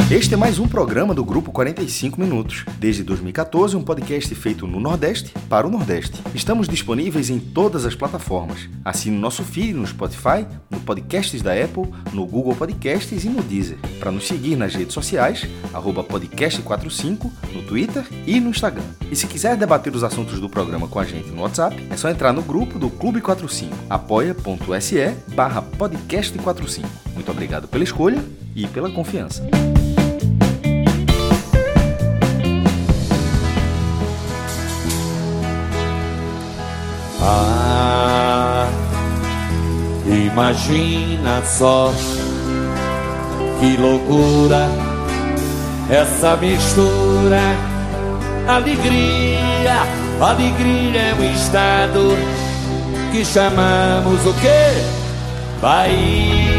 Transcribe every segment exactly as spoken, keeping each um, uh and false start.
Este é mais um programa do Grupo quarenta e cinco Minutos. Desde dois mil e quatorze, um podcast feito no Nordeste para o Nordeste. Estamos disponíveis em todas as plataformas. Assine nosso feed no Spotify, no Podcasts da Apple, no Google Podcasts e no Deezer. Para nos seguir nas redes sociais, arroba podcast quarenta e cinco, no Twitter e no Instagram. E se quiser debater os assuntos do programa com a gente no WhatsApp, é só entrar no grupo do Clube quarenta e cinco, apoia.se barra podcast quarenta e cinco. Muito obrigado pela escolha e pela confiança. Ah, imagina só que loucura essa mistura. Alegria, alegria é um estado que chamamos o quê? Bahia.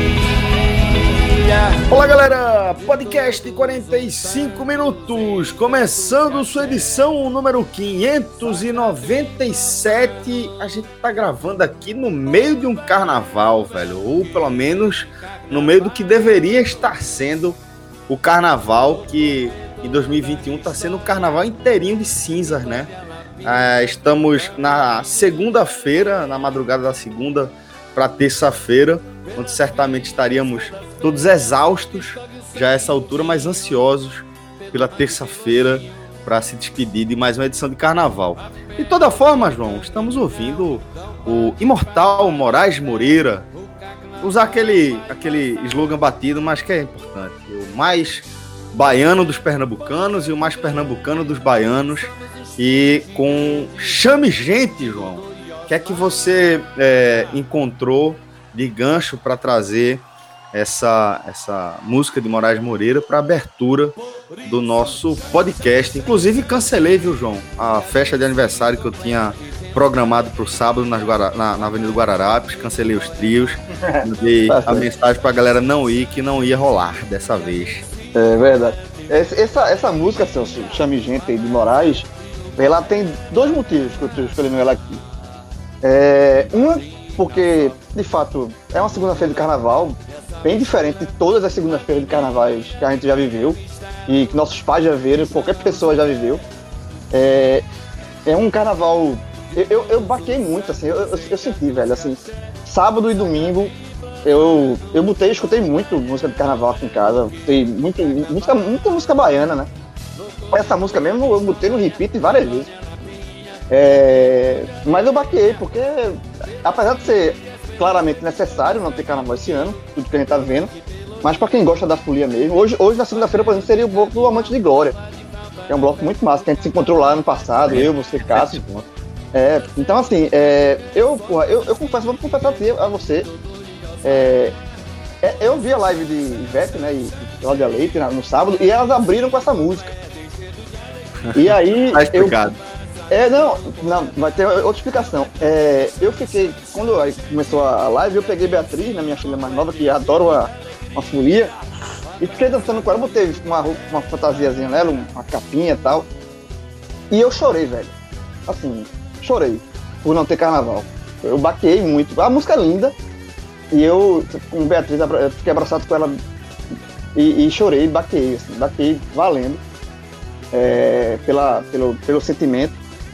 Olá galera, podcast quarenta e cinco minutos, começando sua edição número quinhentos e noventa e sete. A gente tá gravando aqui no meio de um carnaval, velho, ou pelo menos no meio do que deveria estar sendo o carnaval, que em dois mil e vinte e um tá sendo o carnaval inteirinho de cinzas, né? Ah, estamos na segunda-feira, na madrugada da segunda para terça-feira, onde certamente estaríamos todos exaustos já a essa altura, mas ansiosos pela terça-feira para se despedir de mais uma edição de Carnaval. De toda forma, João, estamos ouvindo o imortal Moraes Moreira usar aquele, aquele slogan batido, mas que é importante: o mais baiano dos pernambucanos e o mais pernambucano dos baianos, e com Chame Gente, João. O que é que você é, encontrou de gancho para trazer essa, essa música de Moraes Moreira para a abertura do nosso podcast? Inclusive, cancelei, viu, João, a festa de aniversário que eu tinha programado para o sábado nas Guara, na, na Avenida Guararapes. Cancelei os trios, dei a mensagem para a galera não ir, que não ia rolar dessa vez. É verdade. Essa, essa música, Celso, Chame Gente, de Moraes, ela tem dois motivos que eu estou escolhendo ela aqui. É, uma, porque, de fato, é uma segunda-feira de carnaval bem diferente de todas as segundas-feiras de carnavais que a gente já viveu e que nossos pais já viram, qualquer pessoa já viveu. É, é um carnaval... Eu, eu, eu baquei muito, assim, eu, eu, eu senti, velho, assim, sábado e domingo eu, eu botei, escutei muito música de carnaval aqui em casa, botei muito, música, muita música baiana, né? Essa música mesmo eu botei no repeat várias vezes. É, mas eu baquei, porque apesar de ser claramente necessário não ter carnaval esse ano, tudo que a gente tá vendo, mas pra quem gosta da folia mesmo, hoje, hoje na segunda-feira, por exemplo, seria o bloco do Amante de Glória, que é um bloco muito massa, que a gente se encontrou lá no passado, eu, você, Cássio. É, então assim, é, eu, porra, eu, eu confesso, vou confessar a você, é, é, eu vi a live de Ivete, né, e Cláudia Leite no sábado, e elas abriram com essa música. E aí, tá explicado. Eu, É, não, não, vai ter outra explicação. É, eu fiquei, quando começou a live, eu peguei Beatriz, né, minha filha mais nova, que adora uma, uma folia, e fiquei dançando com ela, botei uma, uma fantasiazinha nela, uma capinha e tal, e eu chorei, velho. Assim, chorei, por não ter carnaval. Eu baquei muito. A música é linda, e eu, com Beatriz, eu fiquei abraçado com ela e, e chorei, baquei, assim, baquei valendo, é, pela, pelo, pelo sentimento.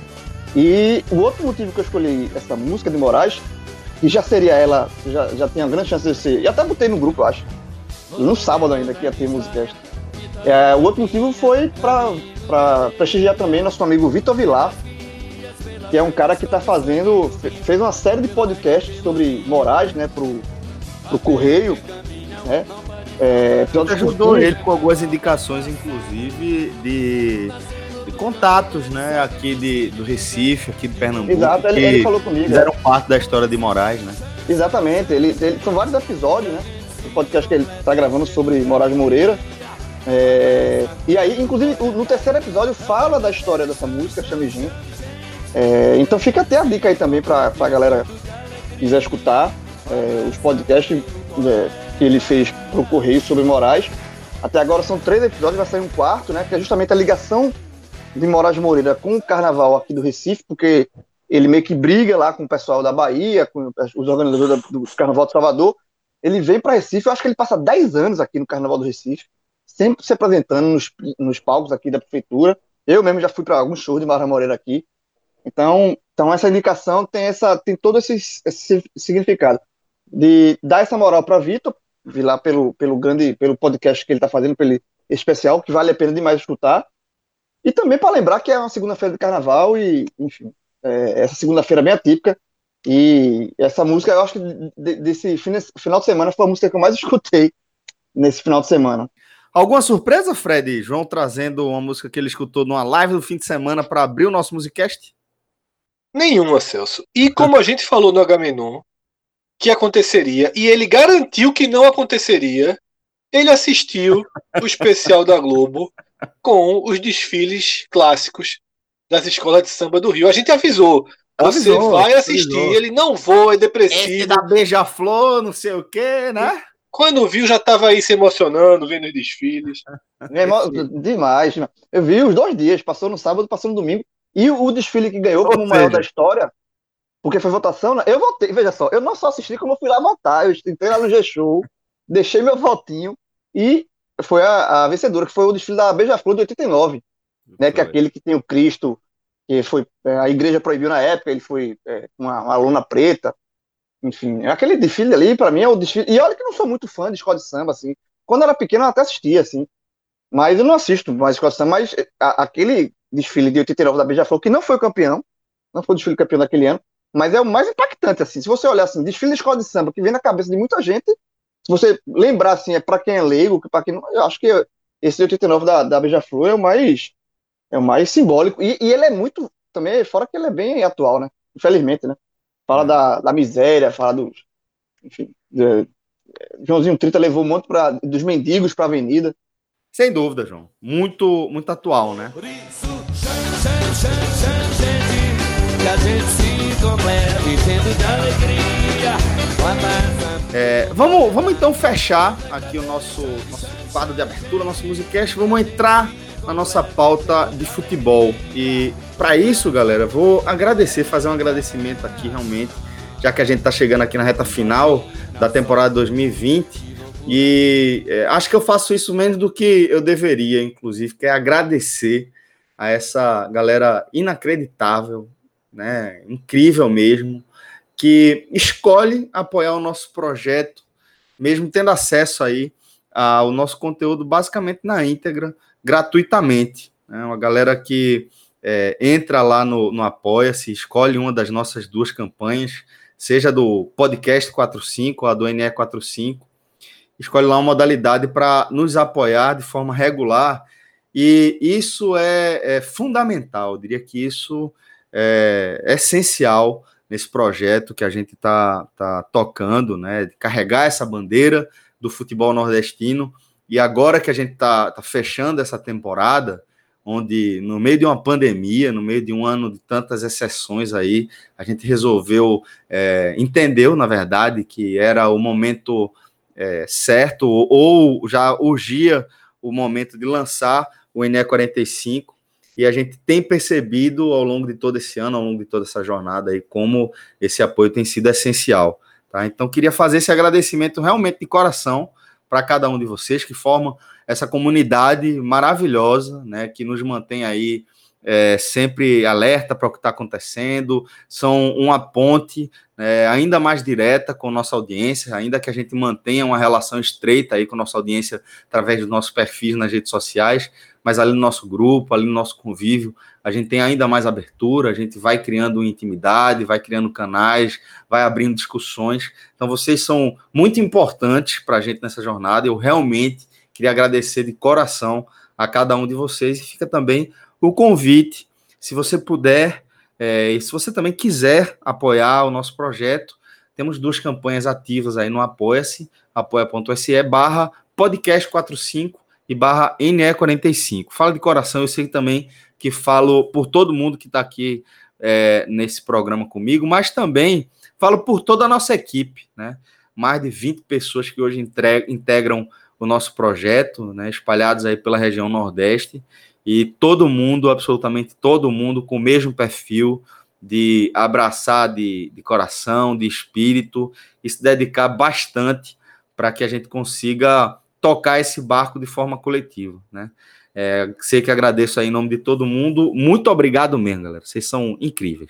E o outro motivo que eu escolhi essa música de Moraes, que já seria ela, já, já tinha grande chance de ser, e até botei no grupo, eu acho, no sábado ainda, que ia ter música. É, o outro motivo foi para prestigiar também nosso amigo Vitor Vilar, que é um cara que está fazendo, fez uma série de podcasts sobre Moraes, né, pro, pro Correio, né. É, ajudou ele com algumas indicações, inclusive, de... de contatos, né, aqui de, do Recife, aqui de Pernambuco. Exato, ele, ele falou comigo. Fizeram é. parte da história de Moraes, né? Exatamente, ele, ele, são vários episódios, né, do podcast que ele está gravando sobre Moraes Moreira. É, e aí, inclusive, no terceiro episódio fala da história dessa música, Chame Gente. É, então fica até a dica aí também para a galera que quiser escutar é, os podcasts é, que ele fez pro Correio sobre Moraes. Até agora são três episódios, vai sair um quarto, né, que é justamente a ligação de Moraes Moreira com o carnaval aqui do Recife, porque ele meio que briga lá com o pessoal da Bahia, com os organizadores do Carnaval de Salvador. Ele vem para Recife, eu acho que ele passa dez anos aqui no Carnaval do Recife, sempre se apresentando nos, nos palcos aqui da prefeitura. Eu mesmo já fui para alguns shows de Barra Moreira aqui. Então, então essa indicação tem, essa, tem todo esse, esse significado de dar essa moral para Vitor, vi lá pelo, pelo grande, pelo podcast que ele está fazendo, pelo especial, que vale a pena demais escutar. E também para lembrar que é uma segunda-feira de carnaval e, enfim, é, essa segunda-feira é bem atípica. E essa música, eu acho que de, desse final de semana foi a música que eu mais escutei nesse final de semana. Alguma surpresa, Fred? João trazendo uma música que ele escutou numa live do fim de semana para abrir o nosso Musicast? Nenhuma, Celso. E como a gente falou no Agamenon que aconteceria, e ele garantiu que não aconteceria, ele assistiu o especial da Globo com os desfiles clássicos das escolas de samba do Rio. A gente avisou. Você avisou, vai assistir, avisou. Ele não vou, é depressivo. Esse da Beija-Flor, não sei o quê, né? Quando viu, já estava aí se emocionando, vendo os desfiles. É, demais. Eu vi os dois dias, passou no sábado, passou no domingo. E o desfile que ganhou como o maior da história, porque foi votação, né? Eu votei, veja só, eu não só assisti, como eu fui lá votar. Eu entrei lá no G-Show, deixei meu votinho e foi a, a vencedora, que foi o desfile da Beija-Flor de oitenta e nove, né? Que é aquele que tem o Cristo, que foi, a igreja proibiu na época, ele foi é, uma, uma lona preta. Enfim, aquele desfile ali, pra mim, é o desfile. E olha que eu não sou muito fã de escola de samba, assim. Quando eu era pequeno, eu até assistia, assim. Mas eu não assisto mais escola de samba. Mas a, aquele desfile de oitenta e nove da Beija-Flor, que não foi o campeão, não foi o desfile campeão daquele ano, mas é o mais impactante, assim. Se você olhar, assim, desfile de escola de samba, que vem na cabeça de muita gente, se você lembrar, assim, é pra quem é leigo, pra quem não. Eu acho que esse de oitenta e nove da, da Beija-Flor é o mais, é o mais simbólico. E, e ele é muito, também, fora que ele é bem atual, né? Infelizmente, né? Fala é. da, da miséria, fala dos. Enfim. De, Joãozinho trinta levou um monte pra, dos mendigos para a avenida. Sem dúvida, João. Muito, muito atual, né? Por isso, chame, chame, chame, gente, que a gente se completa e tendo de alegria. É, vamos, vamos então fechar aqui o nosso, nosso quadro de abertura, nosso Musicast. Vamos entrar na nossa pauta de futebol. E para isso, galera, vou agradecer, fazer um agradecimento aqui realmente, já que a gente está chegando aqui na reta final da temporada dois mil e vinte. E é, acho que eu faço isso menos do que eu deveria, inclusive, que é agradecer a essa galera inacreditável, né, incrível mesmo, que escolhe apoiar o nosso projeto, mesmo tendo acesso aí ao nosso conteúdo basicamente na íntegra, gratuitamente. Né, uma galera que é, entra lá no, no Apoia-se, escolhe uma das nossas duas campanhas, seja do Podcast quarenta e cinco ou a do N E quarenta e cinco, escolhe lá uma modalidade para nos apoiar de forma regular, e isso é, é fundamental, eu diria que isso é, é essencial nesse projeto que a gente está tá tocando, né, de carregar essa bandeira do futebol nordestino. E agora que a gente está tá fechando essa temporada, onde no meio de uma pandemia, no meio de um ano de tantas exceções aí, a gente resolveu, é, entendeu, na verdade, que era o momento É, certo, ou já urgia o momento de lançar o N E quarenta e cinco, e a gente tem percebido ao longo de todo esse ano, ao longo de toda essa jornada aí, como esse apoio tem sido essencial, tá? Então queria fazer esse agradecimento realmente de coração para cada um de vocês que formam essa comunidade maravilhosa, né, que nos mantém aí É, sempre alerta para o que está acontecendo, são uma ponte é, ainda mais direta com nossa audiência, ainda que a gente mantenha uma relação estreita aí com nossa audiência através dos nossos perfis nas redes sociais, mas ali no nosso grupo, ali no nosso convívio, a gente tem ainda mais abertura, a gente vai criando intimidade, vai criando canais, vai abrindo discussões. Então vocês são muito importantes para a gente nessa jornada. Eu realmente queria agradecer de coração a cada um de vocês, e fica também o convite, se você puder, é, e se você também quiser apoiar o nosso projeto, temos duas campanhas ativas aí no Apoia-se, apoia.se barra podcast quarenta e cinco e barra N E quarenta e cinco. Fala de coração, eu sei também que falo por todo mundo que está aqui é, nesse programa comigo, mas também falo por toda a nossa equipe, né? Mais de vinte pessoas que hoje entre, integram o nosso projeto, né? Espalhados aí pela região Nordeste, e todo mundo, absolutamente todo mundo, com o mesmo perfil de abraçar de, de coração, de espírito, e se dedicar bastante para que a gente consiga tocar esse barco de forma coletiva, né? É, sei que agradeço aí em nome de todo mundo. Muito obrigado mesmo, galera. Vocês são incríveis.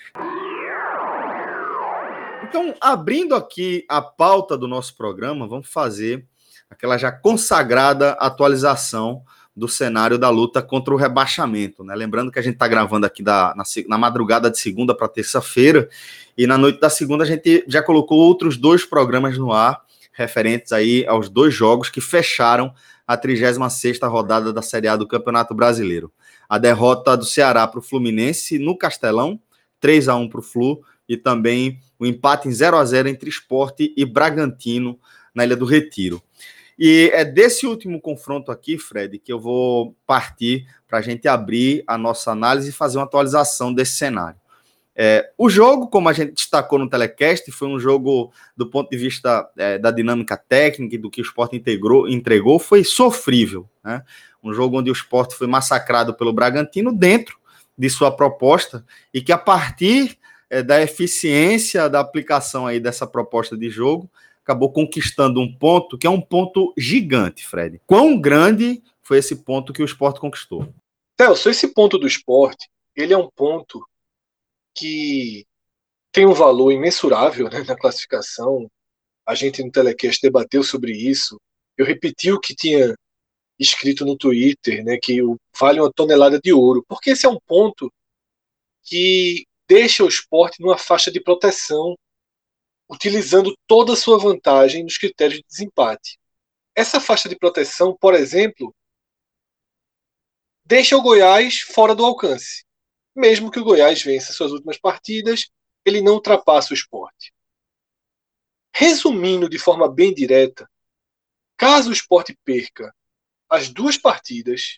Então, abrindo aqui a pauta do nosso programa, vamos fazer aquela já consagrada atualização do cenário da luta contra o rebaixamento, né? Lembrando que a gente está gravando aqui da, na, na madrugada de segunda para terça-feira, e na noite da segunda a gente já colocou outros dois programas no ar, referentes aí aos dois jogos que fecharam a trigésima sexta rodada da Série A do Campeonato Brasileiro. A derrota do Ceará para o Fluminense no Castelão, três a um para o Flu, e também o empate em zero a zero entre Sport e Bragantino na Ilha do Retiro. E é desse último confronto aqui, Fred, que eu vou partir para a gente abrir a nossa análise e fazer uma atualização desse cenário. É, o jogo, como a gente destacou no telecast, foi um jogo do ponto de vista é, da dinâmica técnica e do que o Sport integrou, entregou, foi sofrível, né? Um jogo onde o Sport foi massacrado pelo Bragantino dentro de sua proposta e que a partir é, da eficiência da aplicação aí dessa proposta de jogo, acabou conquistando um ponto que é um ponto gigante, Fred. Quão grande foi esse ponto que o Sport conquistou? Celso, esse ponto do Sport, ele é um ponto que tem um valor imensurável, né, na classificação. A gente no telecast debateu sobre isso. Eu repeti o que tinha escrito no Twitter, né, que vale uma tonelada de ouro, porque esse é um ponto que deixa o Sport numa faixa de proteção, utilizando toda a sua vantagem nos critérios de desempate. Essa faixa de proteção, por exemplo, deixa o Goiás fora do alcance. Mesmo que o Goiás vença suas últimas partidas, ele não ultrapassa o Sport. Resumindo de forma bem direta, caso o Sport perca as duas partidas,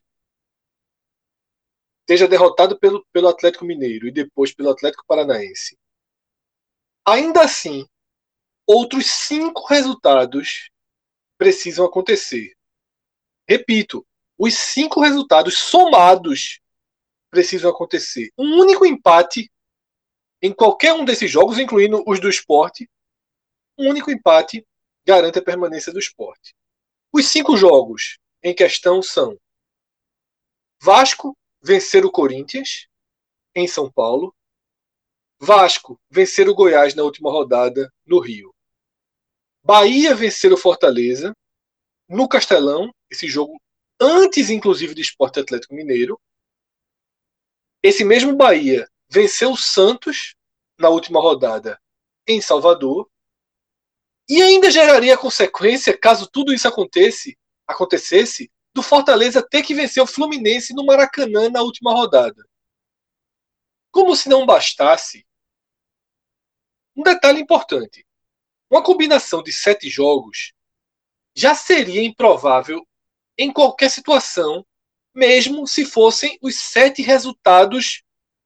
seja derrotado pelo, pelo Atlético Mineiro e depois pelo Atlético Paranaense, ainda assim, outros cinco resultados precisam acontecer. Repito, os cinco resultados somados precisam acontecer. Um único empate em qualquer um desses jogos, incluindo os do Sport, um único empate garante a permanência do Sport. Os cinco jogos em questão são: Vasco vencer o Corinthians em São Paulo, Vasco vencer o Goiás na última rodada no Rio, Bahia vencer o Fortaleza no Castelão, esse jogo antes inclusive do Sport Atlético Mineiro. Esse mesmo Bahia venceu o Santos na última rodada em Salvador, e ainda geraria a consequência, caso tudo isso acontecesse, acontecesse, do Fortaleza ter que vencer o Fluminense no Maracanã na última rodada. Como se não bastasse, um detalhe importante: uma combinação de sete jogos já seria improvável em qualquer situação, mesmo se fossem os sete resultados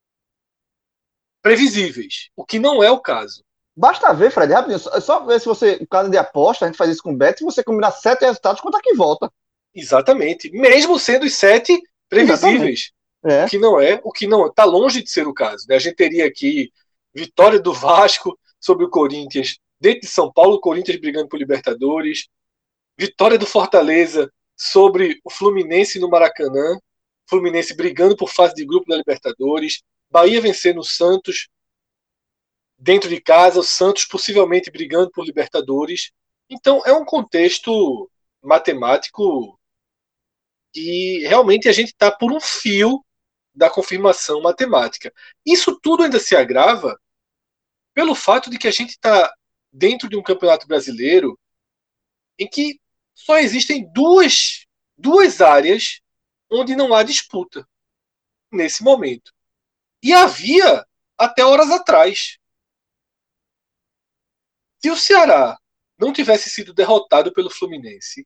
previsíveis, o que não é o caso. Basta ver, Fred, rapidinho, só, só ver se você, em caso de aposta, a gente faz isso com o Bet, se você combinar sete resultados, quanto é que volta? Exatamente. Mesmo sendo os sete previsíveis. É. O que não é, o que não está longe de ser o caso, né? A gente teria aqui vitória do Vasco sobre o Corinthians dentro de São Paulo, o Corinthians brigando por Libertadores, vitória do Fortaleza sobre o Fluminense no Maracanã, Fluminense brigando por fase de grupo da Libertadores, Bahia vencendo o Santos dentro de casa, o Santos possivelmente brigando por Libertadores. Então é um contexto matemático e realmente a gente está por um fio da confirmação matemática. Isso tudo ainda se agrava pelo fato de que a gente está dentro de um campeonato brasileiro em que só existem duas, duas áreas onde não há disputa nesse momento. E havia até horas atrás. Se o Ceará não tivesse sido derrotado pelo Fluminense,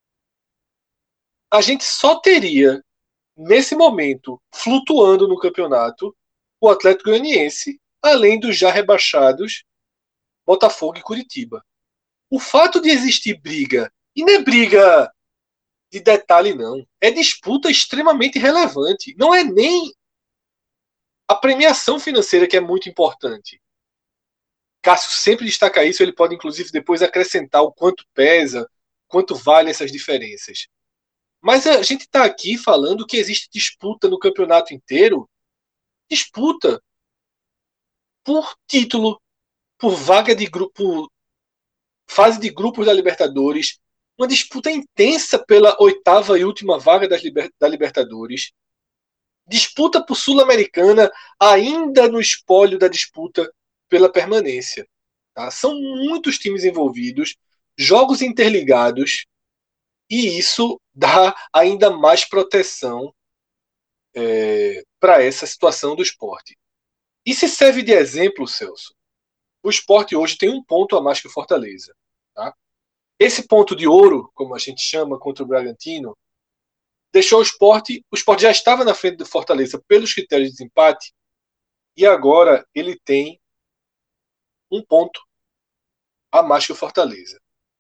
a gente só teria, nesse momento, flutuando no campeonato, o Atlético Goianiense, além dos já rebaixados Botafogo e Curitiba. O fato de existir briga, e não é briga de detalhe não, é disputa extremamente relevante. Não é nem a premiação financeira que é muito importante. Cássio sempre destaca isso, ele pode inclusive depois acrescentar o quanto pesa, quanto valem essas diferenças. Mas a gente está aqui falando que existe disputa no campeonato inteiro, disputa por título, por vaga de grupo, fase de grupos da Libertadores, uma disputa intensa pela oitava e última vaga das liber, da Libertadores, disputa por Sul-Americana, ainda no espólio da disputa pela permanência. Tá? São muitos times envolvidos, jogos interligados, e isso dá ainda mais proteção é, para essa situação do Sport. E se serve de exemplo, Celso, o Sport hoje tem um ponto a mais que o Fortaleza. Tá? Esse ponto de ouro, como a gente chama, contra o Bragantino, deixou o Sport, o Sport já estava na frente do Fortaleza pelos critérios de desempate, e agora ele tem um ponto a mais que o Fortaleza.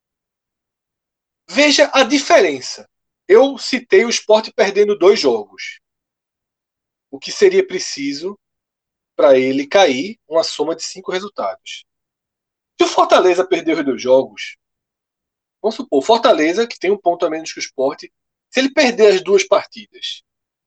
Veja a diferença. Eu citei o Sport perdendo dois jogos. O que seria preciso para ele cair uma soma de cinco resultados. Se o Fortaleza perder os dois jogos, vamos supor, o Fortaleza, que tem um ponto a menos que o Sport, se ele perder as duas partidas,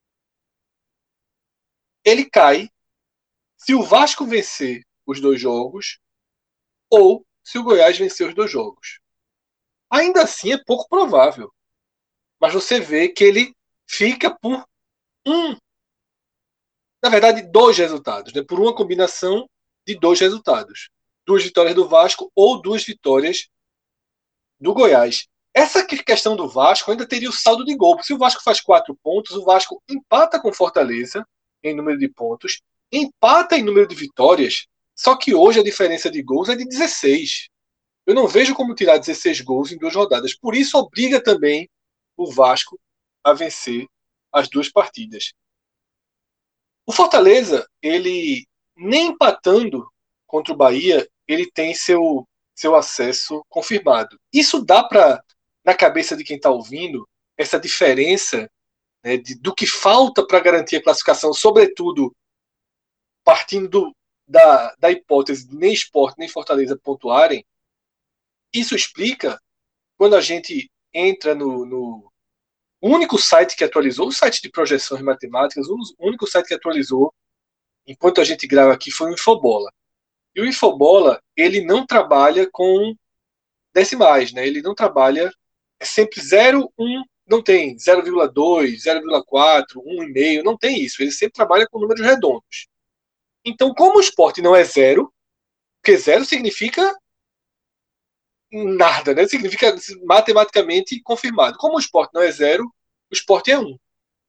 ele cai se o Vasco vencer os dois jogos ou se o Goiás vencer os dois jogos. Ainda assim é pouco provável. Mas você vê que ele fica por um, na verdade, dois resultados, né? Por uma combinação de dois resultados. Duas vitórias do Vasco ou duas vitórias do Goiás. Essa questão do Vasco ainda teria o saldo de gol. Se o Vasco faz quatro pontos, o Vasco empata com Fortaleza em número de pontos, empata em número de vitórias, só que hoje a diferença de gols é de dezesseis. Eu não vejo como tirar dezesseis gols em duas rodadas. Por isso obriga também o Vasco a vencer as duas partidas. O Fortaleza, ele nem empatando contra o Bahia, ele tem seu, seu acesso confirmado. Isso dá para, na cabeça de quem está ouvindo, essa diferença, né, de, do que falta para garantir a classificação, sobretudo partindo do, da, da hipótese de nem Sport nem Fortaleza pontuarem. Isso explica quando a gente entra no, no o único site que atualizou, o site de projeções matemáticas, o único site que atualizou enquanto a gente grava aqui foi o Infobola. E o Infobola, ele não trabalha com decimais, né? Ele não trabalha, é sempre zero, um, não tem zero vírgula dois, zero vírgula quatro, um vírgula cinco, não tem isso. Ele sempre trabalha com números redondos. Então, como o Sport não é zero, porque zero significa nada, né? Significa matematicamente confirmado. Como o Sport não é zero, o Sport é um.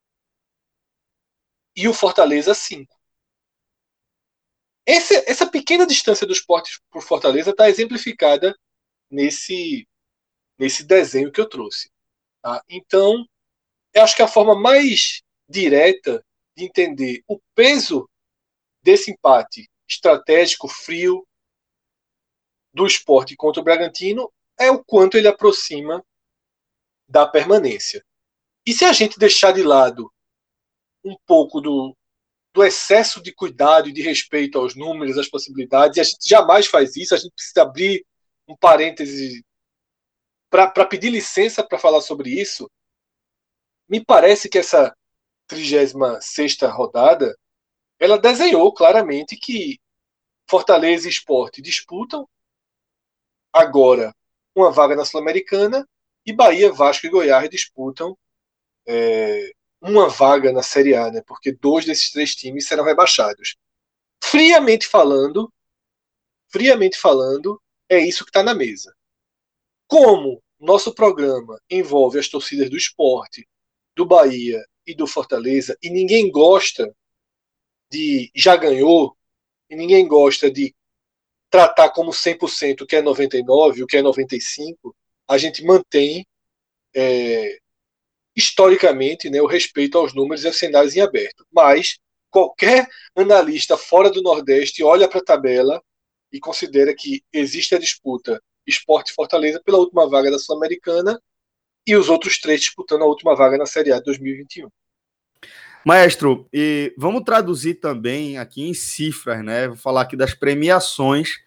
E o Fortaleza, cinco. Essa, essa pequena distância do Sport por Fortaleza está exemplificada nesse, nesse desenho que eu trouxe. Tá? Então, eu acho que a forma mais direta de entender o peso desse empate estratégico, frio, do Sport contra o Bragantino é o quanto ele aproxima da permanência. E se a gente deixar de lado um pouco do, do excesso de cuidado e de respeito aos números, às possibilidades, e a gente jamais faz isso, a gente precisa abrir um parêntese para pedir licença para falar sobre isso, me parece que essa trigésima sexta rodada ela desenhou claramente que Fortaleza e Sport disputam agora uma vaga na Sul-Americana e Bahia, Vasco e Goiás disputam é, uma vaga na Série A, né? Porque dois desses três times serão rebaixados. Friamente falando, friamente falando, é isso que está na mesa. Como nosso programa envolve as torcidas do Sport, do Bahia e do Fortaleza, e ninguém gosta de já ganhou, e ninguém gosta de tratar como cem por cento o que é noventa e nove, o que é noventa e cinco, a gente mantém é, historicamente, né, o respeito aos números e aos cenários em aberto. Mas qualquer analista fora do Nordeste olha para a tabela e considera que existe a disputa Sport e Fortaleza pela última vaga da Sul-Americana e os outros três disputando a última vaga na Série A de dois mil e vinte e um. Maestro, e vamos traduzir também aqui em cifras, né? Vou falar aqui das premiações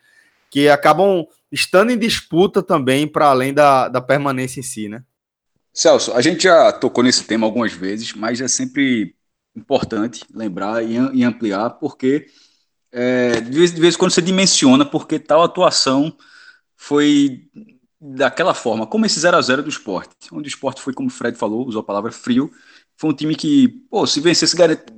que acabam estando em disputa também para além da, da permanência em si, né? Celso, a gente já tocou nesse tema algumas vezes, mas é sempre importante lembrar e, e ampliar, porque é, de, vez, de vez em quando você dimensiona porque tal atuação foi daquela forma, como esse zero a zero do Sport, onde o Sport foi, como o Fred falou, usou a palavra frio, foi um time que, pô, se vencesse,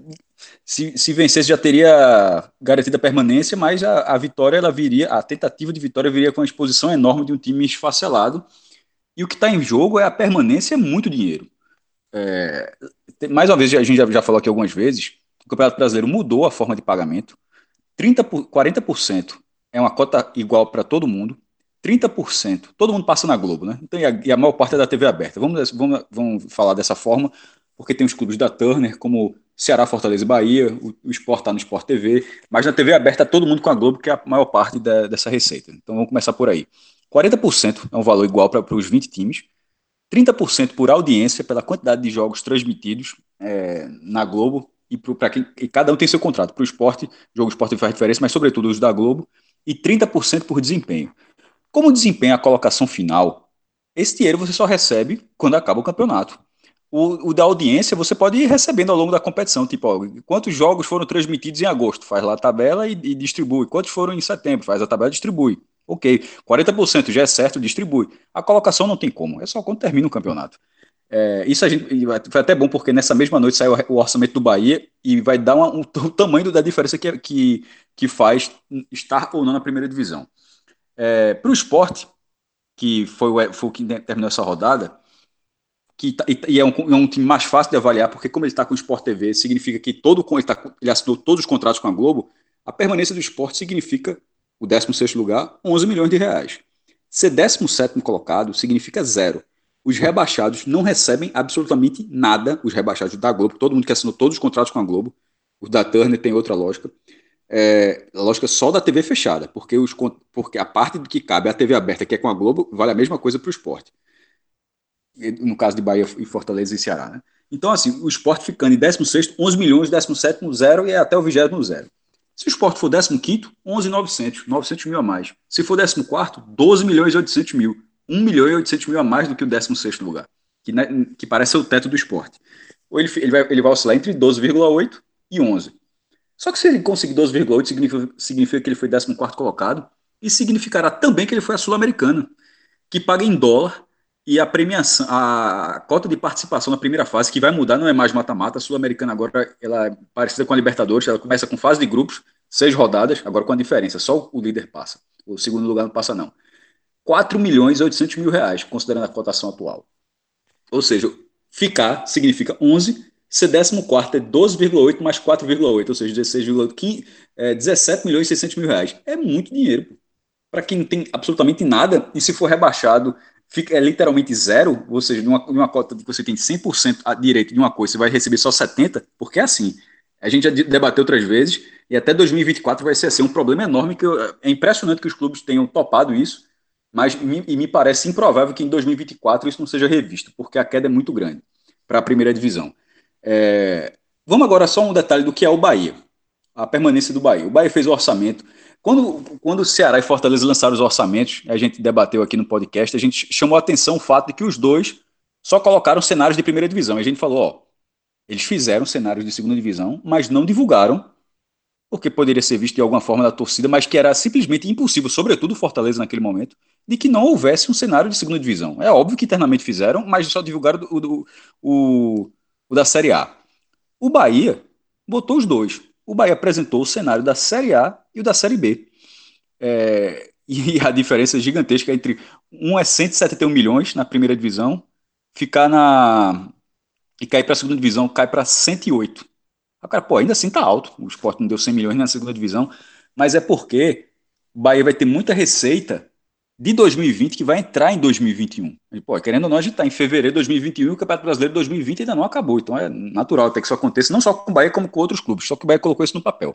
se, se vencesse já teria garantido a permanência, mas a, a vitória, ela viria, a tentativa de vitória viria com uma exposição enorme de um time esfacelado, e o que está em jogo é a permanência, é muito dinheiro. É, mais uma vez, a gente já, já falou aqui algumas vezes, o Campeonato Brasileiro mudou a forma de pagamento, trinta por, quarenta por cento é uma cota igual para todo mundo, trinta por cento, todo mundo passa na Globo, né? Então, e, a, e a maior parte é da T V aberta. Vamos, vamos, vamos falar dessa forma, porque tem os clubes da Turner, como Ceará, Fortaleza e Bahia, o, o Sport está no Sport T V, mas na T V aberta todo mundo com a Globo, que é a maior parte da, dessa receita. Então vamos começar por aí. quarenta por cento é um valor igual para os vinte times, trinta por cento por audiência, pela quantidade de jogos transmitidos é, na Globo, e, pro, quem, e cada um tem seu contrato. Para o esporte, o jogo esporte faz diferença, mas sobretudo os da Globo, e trinta por cento por desempenho. Como desempenho a colocação final, esse dinheiro você só recebe quando acaba o campeonato. O, o da audiência você pode ir recebendo ao longo da competição, tipo, ó, quantos jogos foram transmitidos em agosto, faz lá a tabela e, e distribui. Quantos foram em setembro, faz a tabela e distribui. Ok, quarenta por cento já é certo, distribui. A colocação não tem como, é só quando termina o campeonato. É, isso a gente, foi até bom porque nessa mesma noite saiu o orçamento do Bahia e vai dar uma, um, o tamanho da diferença que, que, que faz estar ou não na primeira divisão. É, para o Sport, que foi o, foi o que terminou essa rodada, que, e é um, é um time mais fácil de avaliar, porque como ele está com o Sport T V, significa que todo, ele, tá, ele assinou todos os contratos com a Globo, a permanência do Sport significa o décimo sexto lugar, onze milhões de reais. Ser décimo sétimo colocado significa zero. Os rebaixados não recebem absolutamente nada, os rebaixados da Globo, todo mundo que assinou todos os contratos com a Globo, os da Turner tem outra lógica, é, a lógica só da T V fechada, porque, os, porque a parte do que cabe à T V aberta, que é com a Globo, vale a mesma coisa para o Sport. No caso de Bahia e Fortaleza e Ceará, né? Então, assim, o Sport ficando em décimo sexto, onze milhões, décimo sétimo, zero e até o vigésimo, zero. Se o Sport for décimo quinto, onze milhões e novecentos, novecentos mil a mais. Se for décimo quarto, doze milhões e oitocentos mil, um milhão e oitocentos mil a mais do que o décimo sexto lugar, que, né, que parece ser o teto do Sport. Ou ele, ele, vai, ele vai oscilar entre doze vírgula oito e onze. Só que se ele conseguir doze vírgula oito, significa, significa que ele foi décimo quarto colocado, e significará também que ele foi a Sul-Americana, que paga em dólar. E a premiação, a cota de participação na primeira fase, que vai mudar, não é mais mata-mata, a Sul-Americana agora ela é parecida com a Libertadores, ela começa com fase de grupos, seis rodadas, agora com a diferença, só o líder passa, o segundo lugar não passa não. quatro milhões e oitocentos mil reais, considerando a cotação atual. Ou seja, ficar significa onze, ser décimo quarto é doze vírgula oito mais quatro vírgula oito, ou seja, dezesseis vírgula oito, é, dezessete milhões e seiscentos mil reais. É muito dinheiro, para quem não tem absolutamente nada, e se for rebaixado, fica, é literalmente zero, ou seja, de uma, de uma cota que você tem cem por cento a direito de uma coisa, você vai receber só setenta por cento, porque é assim. A gente já debateu outras vezes, e até dois mil e vinte e quatro vai ser assim, um problema enorme, que eu, é impressionante que os clubes tenham topado isso, mas me, e me parece improvável que em dois mil e vinte e quatro isso não seja revisto, porque a queda é muito grande para a primeira divisão. É, vamos agora só um detalhe do que é o Bahia, a permanência do Bahia. O Bahia fez o orçamento. Quando, quando o Ceará e Fortaleza lançaram os orçamentos, a gente debateu aqui no podcast, a gente chamou a atenção o fato de que os dois só colocaram cenários de primeira divisão. A gente falou, ó, eles fizeram cenários de segunda divisão, mas não divulgaram, porque poderia ser visto de alguma forma da torcida, mas que era simplesmente impossível, sobretudo o Fortaleza naquele momento, de que não houvesse um cenário de segunda divisão. É óbvio que internamente fizeram, mas só divulgaram o, o, o, o da Série A. O Bahia botou os dois. O Bahia apresentou o cenário da Série A e o da Série B. É, e a diferença é gigantesca entre um é cento e setenta e um milhões na primeira divisão, ficar na e cair para a segunda divisão, cai para cento e oito. O cara, pô, ainda assim tá alto. O Sport não deu cem milhões na segunda divisão, mas é porque o Bahia vai ter muita receita de dois mil e vinte que vai entrar em dois mil e vinte e um. E, pô, querendo ou não, a gente está em fevereiro de dois mil e vinte e um e o Campeonato Brasileiro de dois mil e vinte ainda não acabou. Então é natural até que isso aconteça, não só com o Bahia, como com outros clubes. Só que o Bahia colocou isso no papel.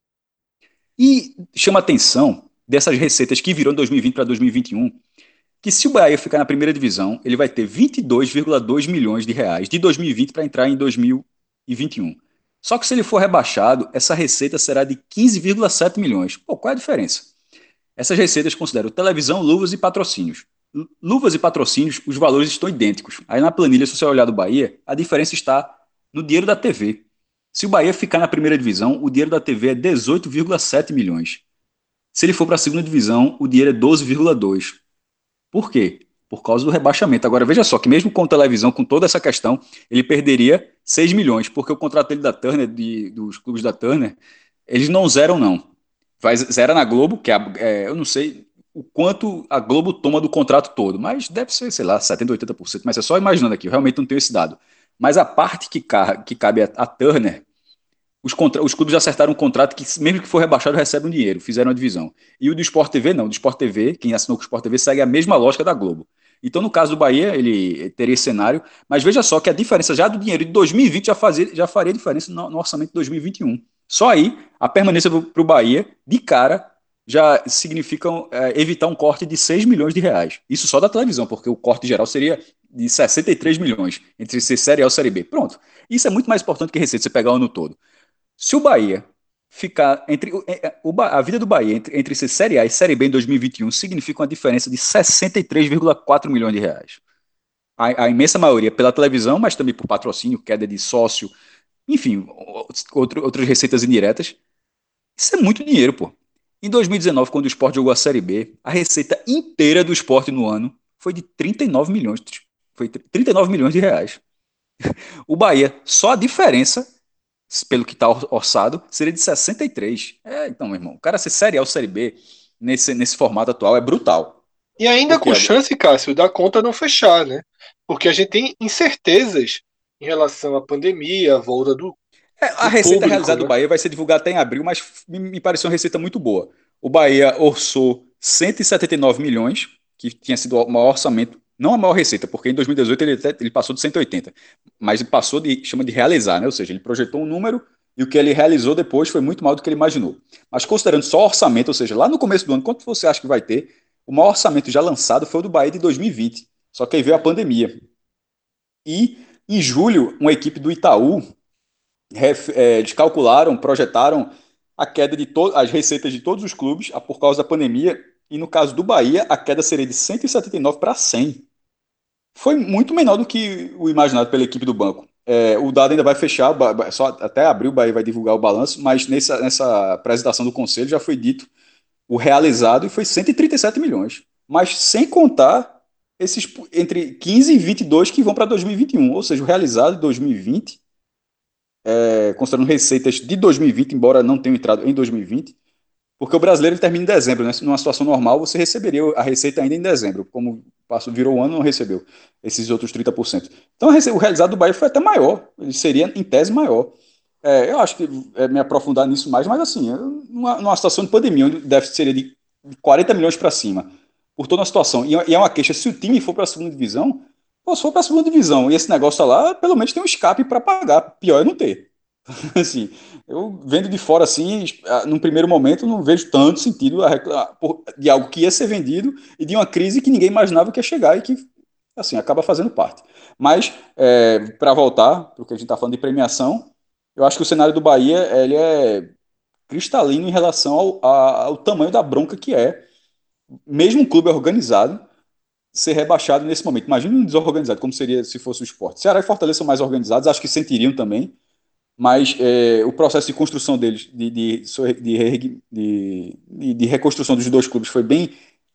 E chama atenção dessas receitas que viram de dois mil e vinte para dois mil e vinte e um, que se o Bahia ficar na primeira divisão, ele vai ter vinte e dois vírgula dois milhões de reais de dois mil e vinte para entrar em dois mil e vinte e um. Só que se ele for rebaixado, essa receita será de quinze vírgula sete milhões. Pô, qual é a diferença? Essas receitas consideram televisão, luvas e patrocínios. Luvas e patrocínios, os valores estão idênticos. Aí na planilha, se você olhar do Bahia, a diferença está no dinheiro da T V. Se o Bahia ficar na primeira divisão, o dinheiro da T V é dezoito vírgula sete milhões. Se ele for para a segunda divisão, o dinheiro é doze vírgula dois. Por quê? Por causa do rebaixamento. Agora, veja só, que mesmo com televisão, com toda essa questão, ele perderia seis milhões, porque o contrato dele da Turner, de, dos clubes da Turner, eles não zeram, não. Vai, zera na Globo, que é, é, eu não sei o quanto a Globo toma do contrato todo, mas deve ser, sei lá, setenta, oitenta por cento, mas é só imaginando aqui, eu realmente não tenho esse dado. Mas a parte que, que cabe a, a Turner, os, contra, os clubes acertaram um contrato que, mesmo que for rebaixado, recebe um dinheiro, fizeram a divisão. E o do Sport T V, não. O do Sport T V, quem assinou com o Sport T V, segue a mesma lógica da Globo. Então, no caso do Bahia, ele teria esse cenário, mas veja só que a diferença já do dinheiro de dois mil e vinte já, fazia, já faria diferença no, no orçamento de dois mil e vinte e um. Só aí, a permanência para o Bahia, de cara, já significa é, evitar um corte de seis milhões de reais. Isso só da televisão, porque o corte geral seria de sessenta e três milhões, entre ser Série A e Série B. Pronto. Isso é muito mais importante que receita, você pegar o ano todo. Se o Bahia ficar entre o, o, a vida do Bahia entre, entre ser Série A e Série B em dois mil e vinte e um significa uma diferença de sessenta e três vírgula quatro milhões de reais. A, a imensa maioria pela televisão, mas também por patrocínio, queda de sócio, enfim, outro, outras receitas indiretas. Isso é muito dinheiro, pô. Em dois mil e dezenove, quando o Sport jogou a Série B, a receita inteira do Sport no ano foi de trinta e nove milhões. Foi trinta e nove milhões de reais. O Bahia, só a diferença, pelo que está orçado, seria de sessenta e três. É, então, meu irmão, o cara ser Série A ou Série B nesse, nesse formato atual é brutal. E ainda com chance, Cássio, da conta não fechar, né? Porque a gente tem incertezas em relação à pandemia, a volta do, é, a do receita público, realizada, né, do Bahia vai ser divulgada até em abril, mas me, me pareceu uma receita muito boa. O Bahia orçou cento e setenta e nove milhões, que tinha sido o maior orçamento, não a maior receita, porque em dois mil e dezoito ele, até, ele passou de cento e oitenta, mas ele passou de, chama de realizar, né? Ou seja, ele projetou um número e o que ele realizou depois foi muito maior do que ele imaginou. Mas considerando só orçamento, ou seja, lá no começo do ano, quanto você acha que vai ter? O maior orçamento já lançado foi o do Bahia de dois mil e vinte, só que aí veio a pandemia. E em julho, uma equipe do Itaú, é, eles calcularam, projetaram a queda de to- as receitas de todos os clubes por causa da pandemia, e no caso do Bahia, a queda seria de cento e setenta e nove para cem. Foi muito menor do que o imaginado pela equipe do banco. É, o dado ainda vai fechar, só até abril o Bahia vai divulgar o balanço, mas nessa, nessa apresentação do conselho já foi dito o realizado e foi cento e trinta e sete milhões. Mas sem contar esses entre quinze e vinte e dois que vão para dois mil e vinte e um, ou seja, o realizado de dois mil e vinte, é, considerando receitas de dois mil e vinte, embora não tenham entrado em dois mil e vinte, porque o brasileiro termina em dezembro, né? Numa situação normal, você receberia a receita ainda em dezembro. Como passou, virou o ano, não recebeu esses outros trinta por cento. Então, o realizado do Bahia foi até maior. Ele seria, em tese, maior. É, eu acho que é me aprofundar nisso mais, mas assim, numa, numa situação de pandemia, onde o déficit seria de quarenta milhões para cima, por toda a situação, e, e é uma queixa, se o time for para a segunda divisão, ou se for para a segunda divisão, e esse negócio lá, pelo menos tem um escape para pagar. Pior é não ter. Assim, eu vendo de fora assim, num primeiro momento não vejo tanto sentido de algo que ia ser vendido e de uma crise que ninguém imaginava que ia chegar e que assim acaba fazendo parte. Mas é, para voltar para o que a gente está falando de premiação, eu acho que o cenário do Bahia ele é cristalino em relação ao, ao tamanho da bronca que é, mesmo um clube organizado, ser rebaixado nesse momento. Imagina um desorganizado, como seria se fosse o Sport. Ceará e Fortaleza são mais organizados, acho que sentiriam também. Mas é, o processo de construção deles, de, de, de, de, de reconstrução dos dois clubes foi bem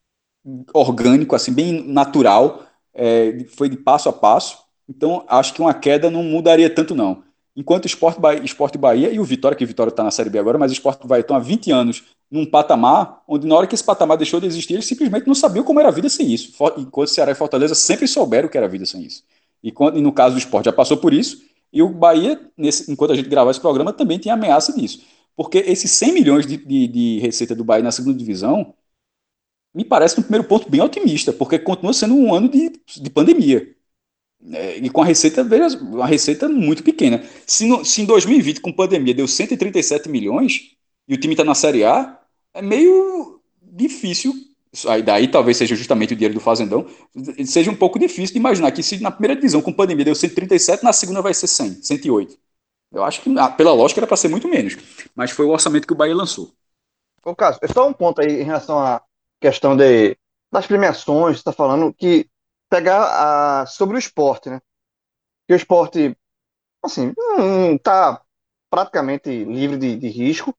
orgânico, assim, bem natural, é, foi de passo a passo. Então, acho que uma queda não mudaria tanto, não. Enquanto o Sport Bahia, Sport Bahia e o Vitória, que o Vitória está na Série B agora, mas o Sport Bahia estão há vinte anos num patamar, onde na hora que esse patamar deixou de existir, eles simplesmente não sabiam como era a vida sem isso. Enquanto Ceará e Fortaleza sempre souberam o que era a vida sem isso. E, quando, e no caso do Sport já passou por isso. E o Bahia, nesse, enquanto a gente gravava esse programa, também tinha ameaça disso. Porque esses cem milhões de, de, de receita do Bahia na segunda divisão me parece um primeiro ponto bem otimista, porque continua sendo um ano de, de pandemia. É, e com a receita, veja, uma receita muito pequena. Se, no, se em dois mil e vinte, com pandemia, deu cento e trinta e sete milhões e o time está na Série A, é meio difícil. Aí daí talvez seja justamente o dinheiro do Fazendão, seja um pouco difícil de imaginar que se na primeira divisão com pandemia deu cento e trinta e sete, na segunda vai ser cem, cento e oito. Eu acho que pela lógica era para ser muito menos, mas foi o orçamento que o Bahia lançou. Ô, Cássio, é só um ponto aí em relação a, questão de, das premiações, você está falando, que pegar a, sobre o esporte, né? Que o esporte, assim, não está praticamente livre de, de risco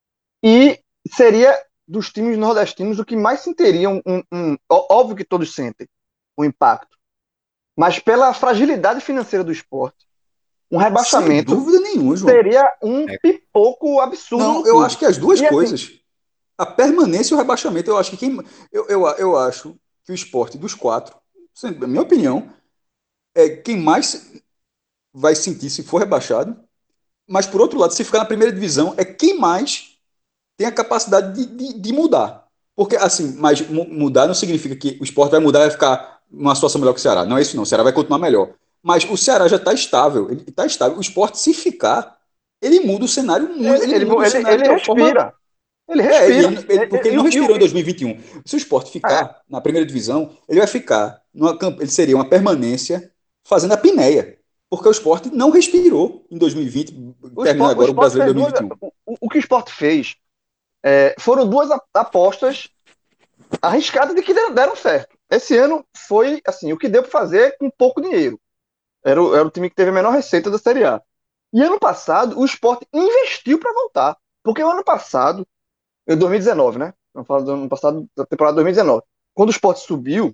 e seria dos times nordestinos o que mais senteriam um, um, um, óbvio que todos sentem o impacto, mas pela fragilidade financeira do esporte, um rebaixamento sem dúvida nenhuma, João. seria um É. pipoco absurdo. Não, eu acho que as duas e, coisas, assim, a permanência e o rebaixamento, eu acho que quem, eu, eu, eu acho que o esporte dos quatro, na minha opinião, é quem mais vai sentir se for rebaixado, mas por outro lado, se ficar na primeira divisão, é quem mais tem a capacidade de, de, de mudar. Porque, assim, mas mudar não significa que o esporte vai mudar e vai ficar numa situação melhor que o Ceará. Não é isso, não. O Ceará vai continuar melhor. Mas o Ceará já está estável. Ele está estável. O esporte, se ficar, ele muda o cenário muito. Ele, ele, muda o ele, cenário ele de uma forma. respira. Ele É, ele, respira. ele, porque ele não respirou em dois mil e vinte e um. Se o esporte ficar É. na primeira divisão, ele vai ficar. Numa, ele seria uma permanência fazendo a pinéia. Porque o esporte não respirou em dois mil e vinte, O terminando esporte, agora o o Brasileiro fez duas, dois mil e vinte e um. o, o que o esporte fez é, foram duas apostas arriscadas de que deram, deram certo. Esse ano foi assim, o que deu para fazer com pouco dinheiro. Era o, era o time que teve a menor receita da Série A. E ano passado, o Sport investiu para voltar. Porque o ano passado, em dois mil e dezenove, né? Vamos falar do ano passado, da temporada dois mil e dezenove. Quando o Sport subiu,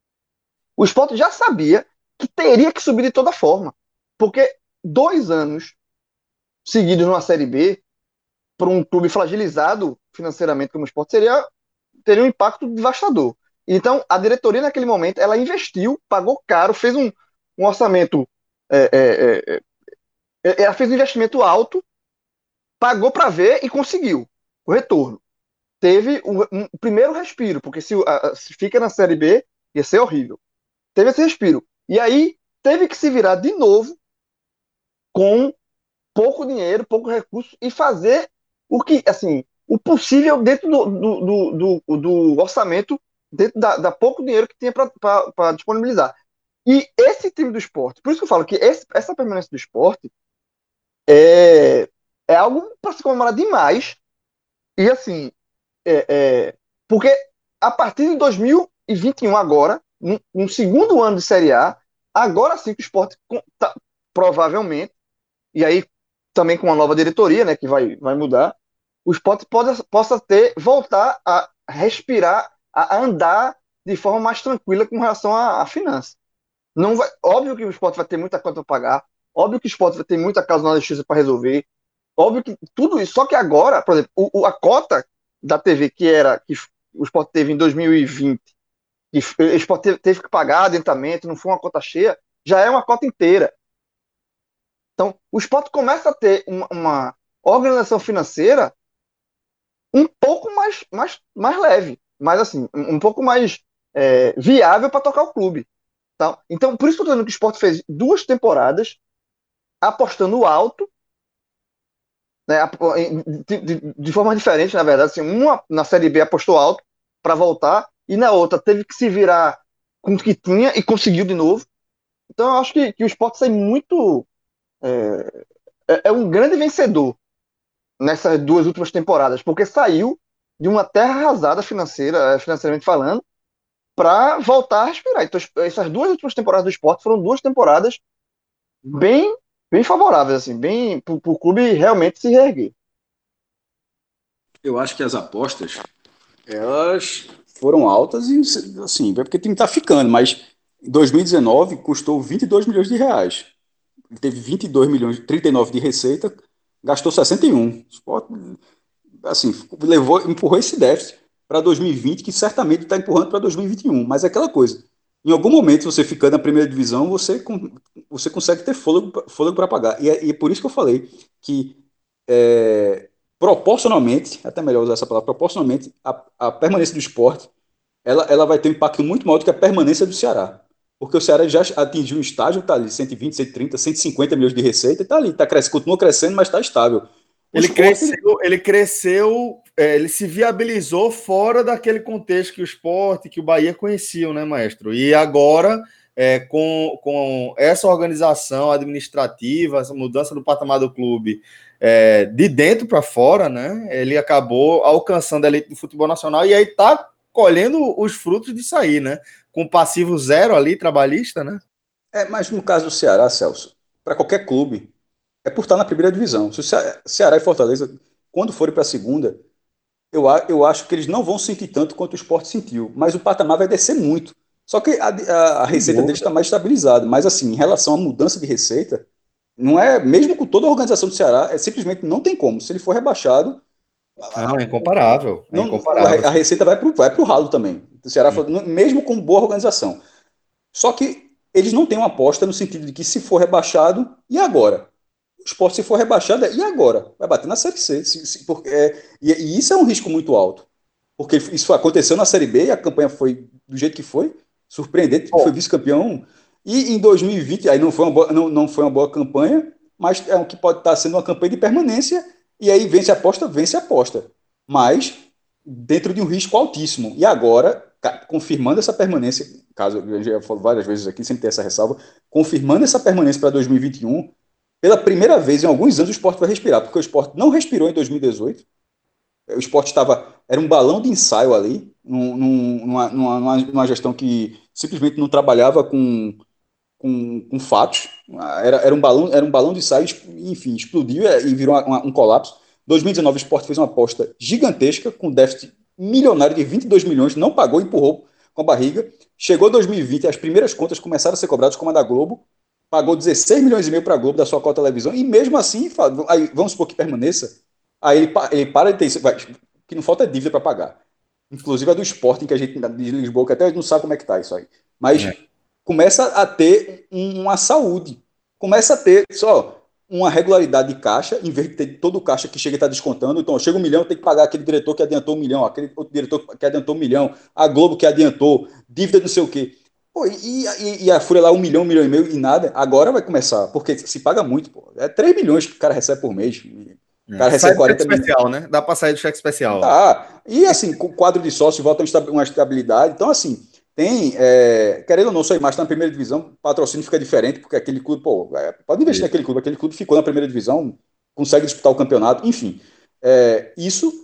o Sport já sabia que teria que subir de toda forma. Porque dois anos seguidos numa Série B, para um clube fragilizado financeiramente como o Sport, seria, teria um impacto devastador. Então, a diretoria, naquele momento, ela investiu, pagou caro, fez um, um orçamento. É, é, é, ela fez um investimento alto, pagou para ver e conseguiu o retorno. Teve um, um primeiro respiro, porque se, a, se fica na Série B, ia ser horrível. Teve esse respiro. E aí, teve que se virar de novo com pouco dinheiro, pouco recurso e fazer o que, assim, o possível dentro do, do, do, do, do orçamento, dentro da, da pouco dinheiro que tinha para disponibilizar. E esse time do esporte, por isso que eu falo que esse, essa permanência do esporte é, é algo para se comemorar demais. E assim, é, é, porque a partir de dois mil e vinte e um, agora, no, no segundo ano de Série A, agora sim que o esporte tá, provavelmente, e aí também com uma nova diretoria, né, que vai, vai mudar, o esporte pode, possa ter, voltar a respirar, a andar de forma mais tranquila com relação à, à finança. Não vai, óbvio que o esporte vai ter muita conta para pagar, óbvio que o esporte vai ter muita causa na justiça para resolver, óbvio que tudo isso, só que agora, por exemplo, o, o, a cota da T V que era, que o esporte teve em dois mil e vinte, que o esporte teve, teve que pagar adiantamento, não foi uma cota cheia, já é uma cota inteira. Então, o esporte começa a ter uma, uma organização financeira um pouco mais, mais, mais leve, mais assim, um, um pouco mais é, viável para tocar o clube. Tá? Então, por isso que eu estou dizendo que o esporte fez duas temporadas apostando alto, né, de, de, de forma diferente, na verdade. Assim, uma na Série B apostou alto para voltar, e na outra teve que se virar com o que tinha e conseguiu de novo. Então, eu acho que, que o esporte sai muito. É, é um grande vencedor nessas duas últimas temporadas, porque saiu de uma terra arrasada financeira, financeiramente falando, para voltar a respirar. Então, essas duas últimas temporadas do esporte foram duas temporadas bem, bem favoráveis, assim, bem para o clube realmente se reerguer. Eu acho que as apostas, elas foram altas e, assim, é porque o time está ficando, mas em dois mil e dezenove custou vinte e dois milhões de reais. Ele teve vinte e dois milhões, trinta e nove de receita, gastou sessenta e um. O Sport, assim, levou, empurrou esse déficit para dois mil e vinte, que certamente está empurrando para dois mil e vinte e um. Mas é aquela coisa. Em algum momento, você ficando na primeira divisão, você, você consegue ter fôlego, fôlego para pagar. E é, e é por isso que eu falei que é, proporcionalmente, até melhor usar essa palavra, proporcionalmente, a, a permanência do esporte, ela, ela vai ter um impacto muito maior do que a permanência do Ceará. Porque o Ceará já atingiu um estágio, está ali, cento e vinte, cento e trinta, cento e cinquenta milhões de receita, está ali, tá crescendo, continua crescendo, mas está estável. O ele, esporte, cresceu, ele cresceu, é, ele se viabilizou fora daquele contexto que o Sport, que o Bahia conheciam, né, maestro? E agora, é, com, com essa organização administrativa, essa mudança do patamar do clube, é, de dentro para fora, né, ele acabou alcançando a elite do futebol nacional e aí está colhendo os frutos de sair, né? Com passivo zero ali, trabalhista, né? É, mas no caso do Ceará, Celso, para qualquer clube, é por estar na primeira divisão. Se o Ce- Ceará e Fortaleza, quando forem para a segunda, eu, a- eu acho que eles não vão sentir tanto quanto o Sport sentiu, mas o patamar vai descer muito. Só que a, a- a receita deles está mais estabilizada. Mas, assim, em relação à mudança de receita, não é, mesmo com toda a organização do Ceará, é simplesmente não tem como. Se ele for rebaixado, Não, é incomparável. É não, a, incomparável. a receita vai para o vai pro ralo também. O Ceará, falou, mesmo com boa organização. Só que eles não têm uma aposta no sentido de que se for rebaixado, e agora? O Sport, se for rebaixado, é, e agora? Vai bater na Série C. Se, se, porque, é, e, e isso é um risco muito alto. Porque isso aconteceu na Série B, e a campanha foi do jeito que foi, surpreendente, foi vice-campeão. E em dois mil e vinte, aí não foi, uma boa, não, não foi uma boa campanha, mas é o que pode estar sendo uma campanha de permanência, e aí vence a aposta, vence a aposta. Mas dentro de um risco altíssimo. E agora, confirmando essa permanência, caso eu já falo várias vezes aqui, sempre tem essa ressalva, confirmando essa permanência para dois mil e vinte e um, pela primeira vez em alguns anos o esporte vai respirar, porque o esporte não respirou em dois mil e dezoito. O esporte estava. Era um balão de ensaio ali, num, numa, numa, numa gestão que simplesmente não trabalhava com, com, com fatos. Era, era, um balão, era um balão de ensaio, enfim, explodiu e virou uma, uma, um colapso. dois mil e dezenove, o esporte fez uma aposta gigantesca, com déficit milionário de vinte e dois milhões, não pagou, empurrou com a barriga. Chegou dois mil e vinte, as primeiras contas começaram a ser cobradas, como a da Globo, pagou dezesseis milhões e meio para a Globo da sua cota televisão, e mesmo assim, aí, vamos supor que permaneça, aí ele, ele para de ter isso, vai, que não falta é dívida para pagar. Inclusive a do Sporting, que a gente de Lisboa, que até não sabe como é que tá isso aí. Mas é. começa a ter uma saúde, começa a ter só uma regularidade de caixa, em vez de ter todo o caixa que chega e está descontando. Então, chega um milhão, tem que pagar aquele diretor que adiantou um milhão, aquele outro diretor que adiantou um milhão, a Globo que adiantou, dívida não sei o quê. Pô, e, e, e a Fúria lá, um milhão, um milhão e meio e nada, agora vai começar, porque se paga muito, pô. É três milhões que o cara recebe por mês. O cara é, recebe quarenta milhões. Especial, né? Dá para sair do cheque especial. Dá. E assim, com o quadro de sócio volta uma estabilidade. Então, assim, tem, é, querendo ou não, sua imagem está na primeira divisão, patrocínio fica diferente, porque aquele clube, pô, é, pode investir isso. naquele clube, aquele clube ficou na primeira divisão, consegue disputar o campeonato, enfim. É, isso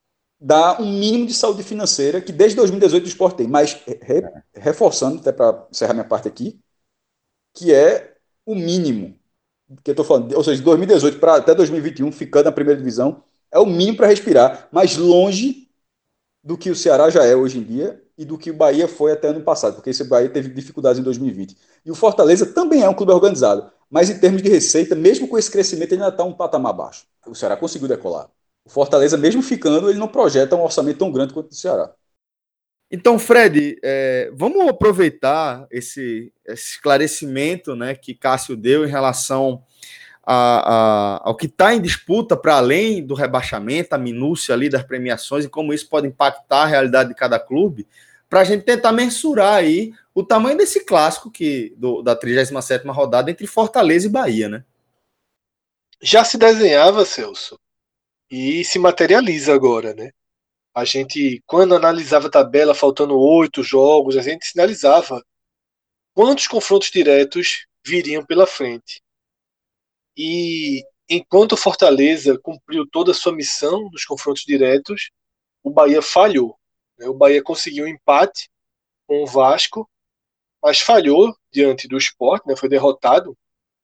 dá um mínimo de saúde financeira que desde dois mil e dezoito o Sport tem, mas re, reforçando, até para encerrar minha parte aqui, que é o mínimo que eu estou falando, ou seja, de dois mil e dezoito para até dois mil e vinte e um, ficando na primeira divisão, é o mínimo para respirar, mas longe do que o Ceará já é hoje em dia e do que o Bahia foi até ano passado, porque esse Bahia teve dificuldades em dois mil e vinte. E o Fortaleza também é um clube organizado, mas em termos de receita, mesmo com esse crescimento, ele ainda está um patamar baixo. O Ceará conseguiu decolar. O Fortaleza, mesmo ficando, ele não projeta um orçamento tão grande quanto o do Ceará. Então, Fred, é, vamos aproveitar esse, esse esclarecimento, né, que Cássio deu em relação a, a, ao que está em disputa para além do rebaixamento, a minúcia ali das premiações e como isso pode impactar a realidade de cada clube, para a gente tentar mensurar aí o tamanho desse clássico que, do, da trigésima sétima rodada entre Fortaleza e Bahia, né? Já se desenhava, Celso, e se materializa agora, né? A gente, quando analisava a tabela, faltando oito jogos, a gente sinalizava quantos confrontos diretos viriam pela frente. E enquanto o Fortaleza cumpriu toda a sua missão nos confrontos diretos, o Bahia falhou. O Bahia conseguiu um empate com o Vasco, mas falhou diante do Sport, né? Foi derrotado,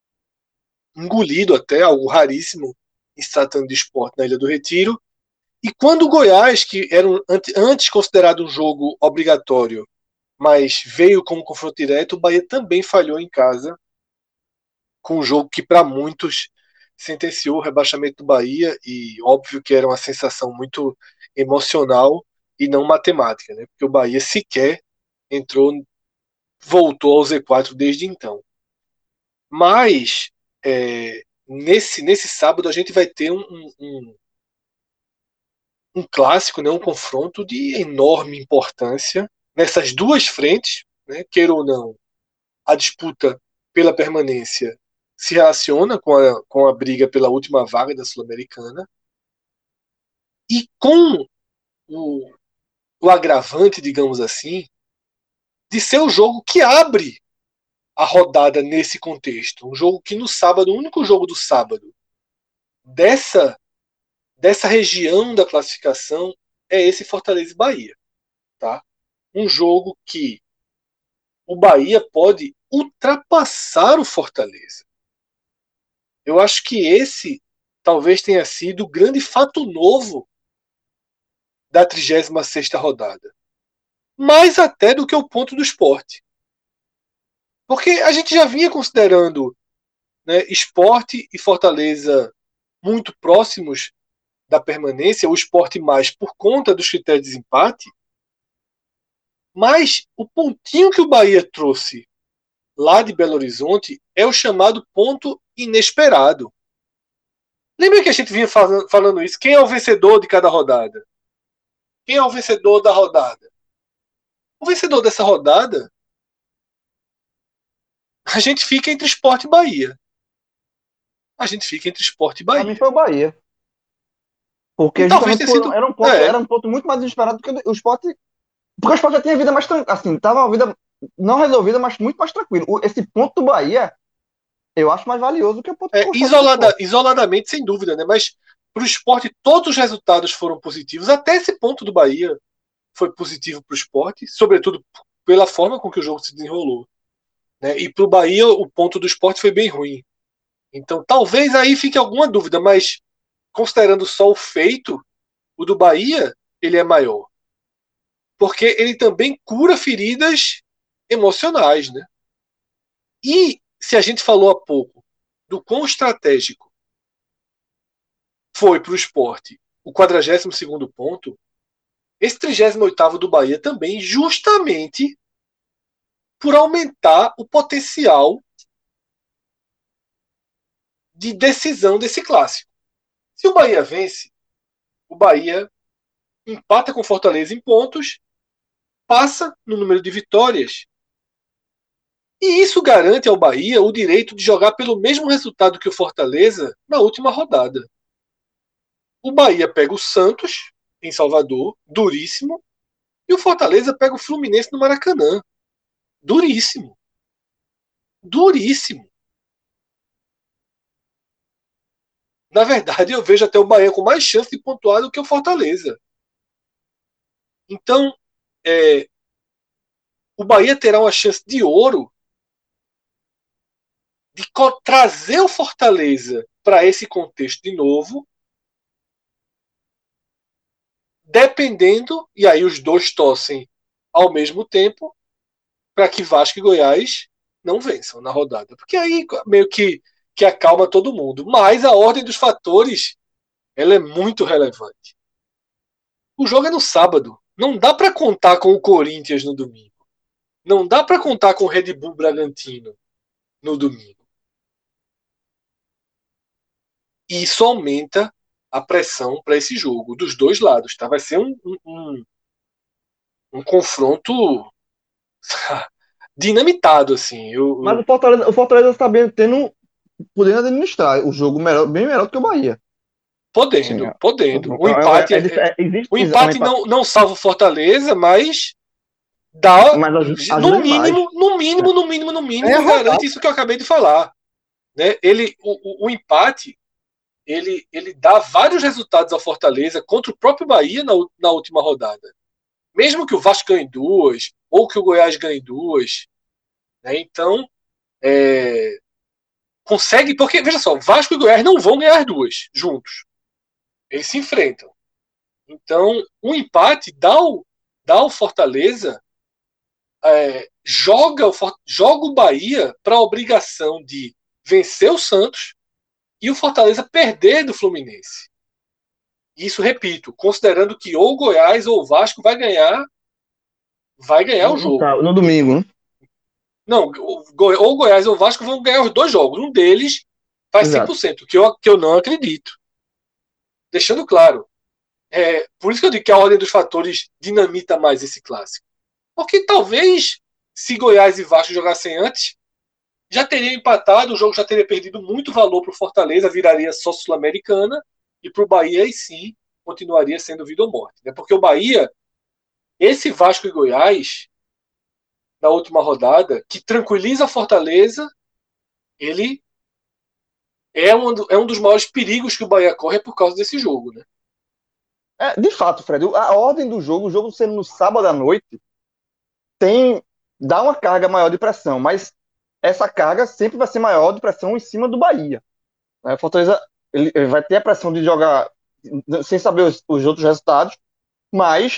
engolido até, algo raríssimo em se tratando de Sport na Ilha do Retiro. E quando o Goiás, que era um, antes considerado um jogo obrigatório, mas veio como confronto direto, o Bahia também falhou em casa, com um jogo que para muitos sentenciou o rebaixamento do Bahia, e óbvio que era uma sensação muito emocional e não matemática, né? Porque o Bahia sequer entrou, voltou ao Z quatro desde então. Mas é, nesse, nesse sábado a gente vai ter um, um, um clássico, né? Um confronto de enorme importância nessas duas frentes, né? Queira ou não, a disputa pela permanência se relaciona com a, com a briga pela última vaga da Sul-Americana, e com o, o agravante, digamos assim, de ser o jogo que abre a rodada nesse contexto. Um jogo que no sábado, o único jogo do sábado dessa, dessa região da classificação é esse Fortaleza e Bahia. tá? Um jogo que o Bahia pode ultrapassar o Fortaleza. Eu acho que esse talvez tenha sido o grande fato novo da trigésima sexta rodada. Mais até do que o ponto do Sport. Porque a gente já vinha considerando, né, Sport e Fortaleza muito próximos da permanência, o Sport mais por conta dos critérios de desempate, mas o pontinho que o Bahia trouxe lá de Belo Horizonte é o chamado ponto inesperado. Lembra que a gente vinha falando isso? Quem é o vencedor de cada rodada? Quem é o vencedor da rodada? O vencedor dessa rodada, a gente fica entre Sport e Bahia. A gente fica entre Sport e Bahia. Pra mim foi o Bahia. Porque E talvez justamente tenha por- sido- era, um ponto, é. era um ponto muito mais inesperado do que o Sport. Porque o Sport já tinha vida mais tranquila. Assim, tava uma vida não resolvida, mas muito mais tranquilo. O- Esse ponto do Bahia, eu acho mais valioso que o ponto É, que o Sport isolada, ficou. isoladamente, sem dúvida, né? Mas para o Sport todos os resultados foram positivos. Até esse ponto do Bahia foi positivo para o Sport, sobretudo pela forma com que o jogo se desenrolou. Né? E para o Bahia, o ponto do Sport foi bem ruim. Então, talvez aí fique alguma dúvida, mas considerando só o feito, o do Bahia, ele é maior. Porque ele também cura feridas emocionais, né? E se a gente falou há pouco do quão estratégico foi para o Sport o quadragésimo segundo ponto, esse trigésimo oitavo do Bahia também, justamente por aumentar o potencial de decisão desse clássico. Se o Bahia vence, o Bahia empata com Fortaleza em pontos, passa no número de vitórias. E isso garante ao Bahia o direito de jogar pelo mesmo resultado que o Fortaleza na última rodada. O Bahia pega o Santos, em Salvador, duríssimo, e o Fortaleza pega o Fluminense no Maracanã. Duríssimo. Duríssimo. Na verdade, eu vejo até o Bahia com mais chance de pontuar do que o Fortaleza. Então, é, o Bahia terá uma chance de ouro de trazer o Fortaleza para esse contexto de novo, dependendo, e aí os dois torcem ao mesmo tempo, para que Vasco e Goiás não vençam na rodada. Porque aí meio que, que acalma todo mundo. Mas a ordem dos fatores ela é muito relevante. O jogo é no sábado. Não dá para contar com o Corinthians no domingo. Não dá para contar com o Red Bull Bragantino no domingo. E isso aumenta a pressão para esse jogo, dos dois lados. Tá? Vai ser um, um, um, um confronto dinamitado. Assim. Eu, Mas eu... o Fortaleza, o Fortaleza está bem tendo, podendo administrar o jogo melhor, bem melhor do que o Bahia. Sim, Podendo, é, podendo. O é, empate, é, é, é, é, existe, o é um empate empate, não, não salva o Fortaleza, mas dá, mas ajuda, ajuda no demais. mínimo, no mínimo, no mínimo, no É mínimo, rodado. garante isso que eu acabei de falar. Né? Ele, o, o, o empate, ele, ele dá vários resultados ao Fortaleza contra o próprio Bahia na, na última rodada. Mesmo que o Vasco ganhe duas, ou que o Goiás ganhe duas. Né? Então, é, consegue, porque, veja só, Vasco e Goiás não vão ganhar duas juntos. Eles se enfrentam. Então, o empate dá o, dá ao Fortaleza, é, joga, o, joga o Bahia para a obrigação de vencer o Santos e o Fortaleza perder do Fluminense. Isso, repito, considerando que ou o Goiás ou o Vasco vai ganhar, vai ganhar No, o no, jogo. no domingo, né? Não, ou o Goiás ou o Vasco vão ganhar os dois jogos. Um deles faz Exato. cem por cento, que eu, que eu não acredito. Deixando claro. É, por isso que eu digo que a ordem dos fatores dinamita mais esse clássico. Porque talvez, se Goiás e Vasco jogassem antes, já teriam empatado, o jogo já teria perdido muito valor para o Fortaleza, viraria só Sul-Americana, e para o Bahia, aí sim, continuaria sendo vida ou morte. Né? Porque o Bahia, esse Vasco e Goiás, na última rodada, que tranquiliza a Fortaleza, ele é um, é um dos maiores perigos que o Bahia corre por causa desse jogo. Né? É, de fato, Fred, a ordem do jogo, o jogo sendo no sábado à noite, tem dá uma carga maior de pressão, mas essa carga sempre vai ser maior de pressão em cima do Bahia. Né? O Fortaleza ele, ele vai ter a pressão de jogar sem saber os, os outros resultados, mas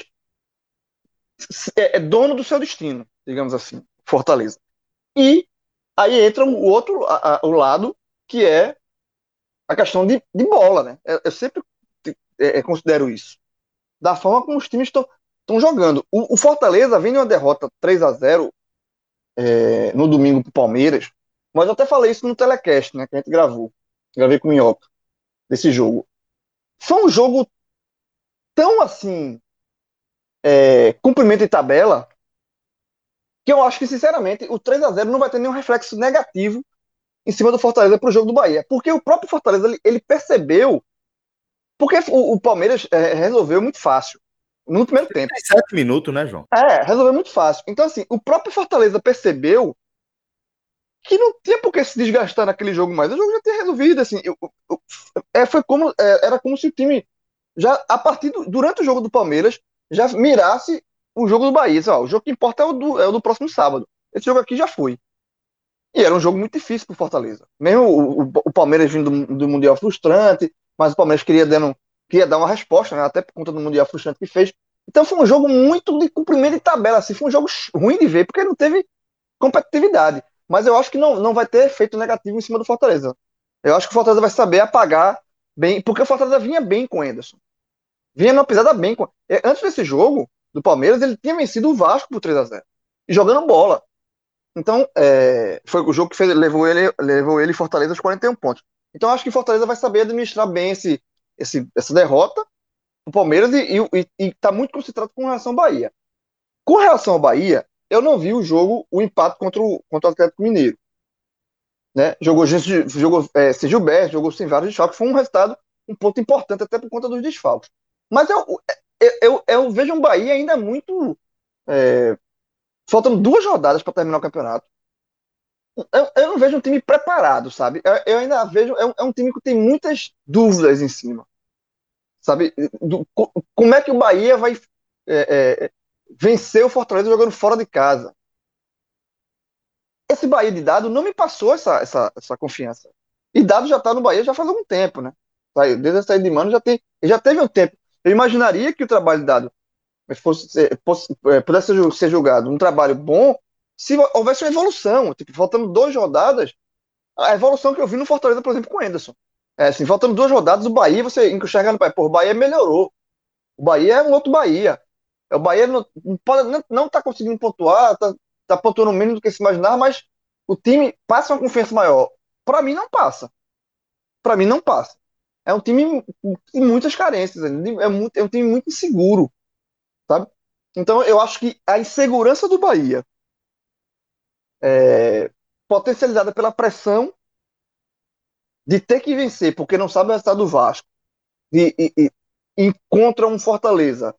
é, é dono do seu destino, digamos assim, Fortaleza. E aí entra o outro a, a, o lado, que é a questão de, de bola, né? Eu, eu sempre é, considero isso. Da forma como os times estão jogando. O, o Fortaleza vem de uma derrota três a zero é, no domingo pro Palmeiras, mas eu até falei isso no telecast, né? Que a gente gravou. Gravei com o Minhoca, desse jogo. Foi um jogo tão assim, é, cumprimento de tabela, que eu acho que, sinceramente, o três a zero não vai ter nenhum reflexo negativo em cima do Fortaleza pro jogo do Bahia. Porque o próprio Fortaleza, ele, ele percebeu. Porque o, o Palmeiras é, resolveu muito fácil. No primeiro tempo. sete minutos, né, João? É, resolveu muito fácil. Então, assim, o próprio Fortaleza percebeu que não tinha por que se desgastar naquele jogo mais. O jogo já tinha resolvido, assim. Eu, eu, é, foi como, é, era como se o time, já a partir do, durante o jogo do Palmeiras, já mirasse o jogo do Bahia. Assim, ó, o jogo que importa é o, do, é o do próximo sábado. Esse jogo aqui já foi. E era um jogo muito difícil pro Fortaleza. Mesmo o, o, o Palmeiras vindo do, do Mundial frustrante, mas o Palmeiras queria, dando, queria dar uma resposta, né, até por conta do Mundial frustrante que fez. Então foi um jogo muito de cumprimento de tabela. Assim, foi um jogo ruim de ver, porque não teve competitividade. Mas eu acho que não, não vai ter efeito negativo em cima do Fortaleza. Eu acho que o Fortaleza vai saber apagar bem, porque o Fortaleza vinha bem com o Anderson. Vinha numa pisada bem com. Antes desse jogo, do Palmeiras, ele tinha vencido o Vasco por três a zero. E jogando bola. Então, é, foi o jogo que fez, levou ele levou ele Fortaleza aos quarenta e um pontos. Então, acho que Fortaleza vai saber administrar bem esse, esse, essa derrota o Palmeiras e está muito concentrado com relação ao Bahia. Com relação ao Bahia, eu não vi o jogo, o empate contra o, contra o Atlético Mineiro. Né? Jogou, jogou é, sem Gilberto, jogou sem vários desfalques. Foi um resultado, um ponto importante, até por conta dos desfalques. Mas eu, eu, eu, eu vejo um Bahia ainda muito. É, faltando duas rodadas para terminar o campeonato. Eu, eu não vejo um time preparado, sabe? Eu, eu ainda vejo. É um, é um time que tem muitas dúvidas em cima. Sabe? Do, como é que o Bahia vai é, é, vencer o Fortaleza jogando fora de casa? Esse Bahia de Dado não me passou essa, essa, essa confiança. E Dado já está no Bahia já faz algum tempo, né? Desde a saída de Mano já, tem, já teve um tempo. Eu imaginaria que o trabalho de Dado fosse, fosse, pudesse ser julgado um trabalho bom se houvesse uma evolução. Tipo, faltando duas rodadas, a evolução que eu vi no Fortaleza, por exemplo, com o Anderson. É, assim, faltando duas rodadas, o Bahia, você enxerga no Bahia, pô, o Bahia melhorou. O Bahia é um outro Bahia. O Bahia não, pode, não tá conseguindo pontuar, tá, tá pontuando menos do que se imaginar, mas o time passa uma confiança maior. Para mim, não passa. Para mim, não passa. É um time com muitas carências. É, muito, é um time muito inseguro. Sabe? Então, eu acho que a insegurança do Bahia, é, potencializada pela pressão de ter que vencer, porque não sabe o resultado do Vasco, e, e, e encontra um Fortaleza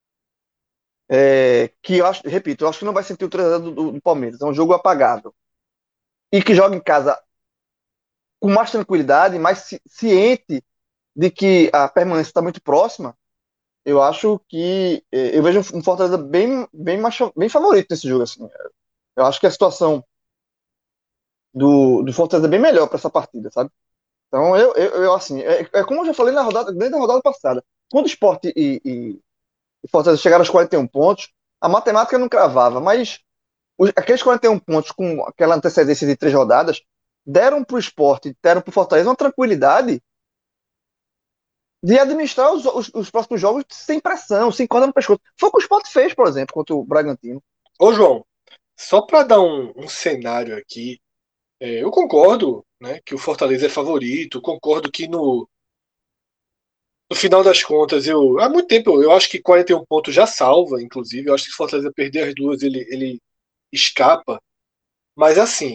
é, que eu acho, repito, eu acho que não vai sentir o três a zero do, do, do Palmeiras, é um jogo apagado, e que joga em casa com mais tranquilidade, mais ciente de que a permanência está muito próxima. Eu acho que é, eu vejo um Fortaleza bem, bem, mais, bem favorito nesse jogo. Assim. Eu acho que a situação do, do Fortaleza é bem melhor para essa partida, sabe? Então, eu, eu, eu assim, é, é como eu já falei na rodada, desde a rodada passada. Quando o Sport e, e, e Fortaleza chegaram aos quarenta e um pontos, a matemática não cravava, mas os, aqueles quarenta e um pontos com aquela antecedência de três rodadas deram para o Sport, deram para o Fortaleza uma tranquilidade de administrar os, os, os próximos jogos sem pressão, sem corda no pescoço. Foi o que o Sport fez, por exemplo, contra o Bragantino. Ô, João, só para dar um, um cenário aqui, é, eu concordo, né, que o Fortaleza é favorito, concordo que no, no final das contas, eu há muito tempo, eu acho que quarenta e um pontos já salva, inclusive, eu acho que se o Fortaleza perder as duas, ele, ele escapa, mas assim,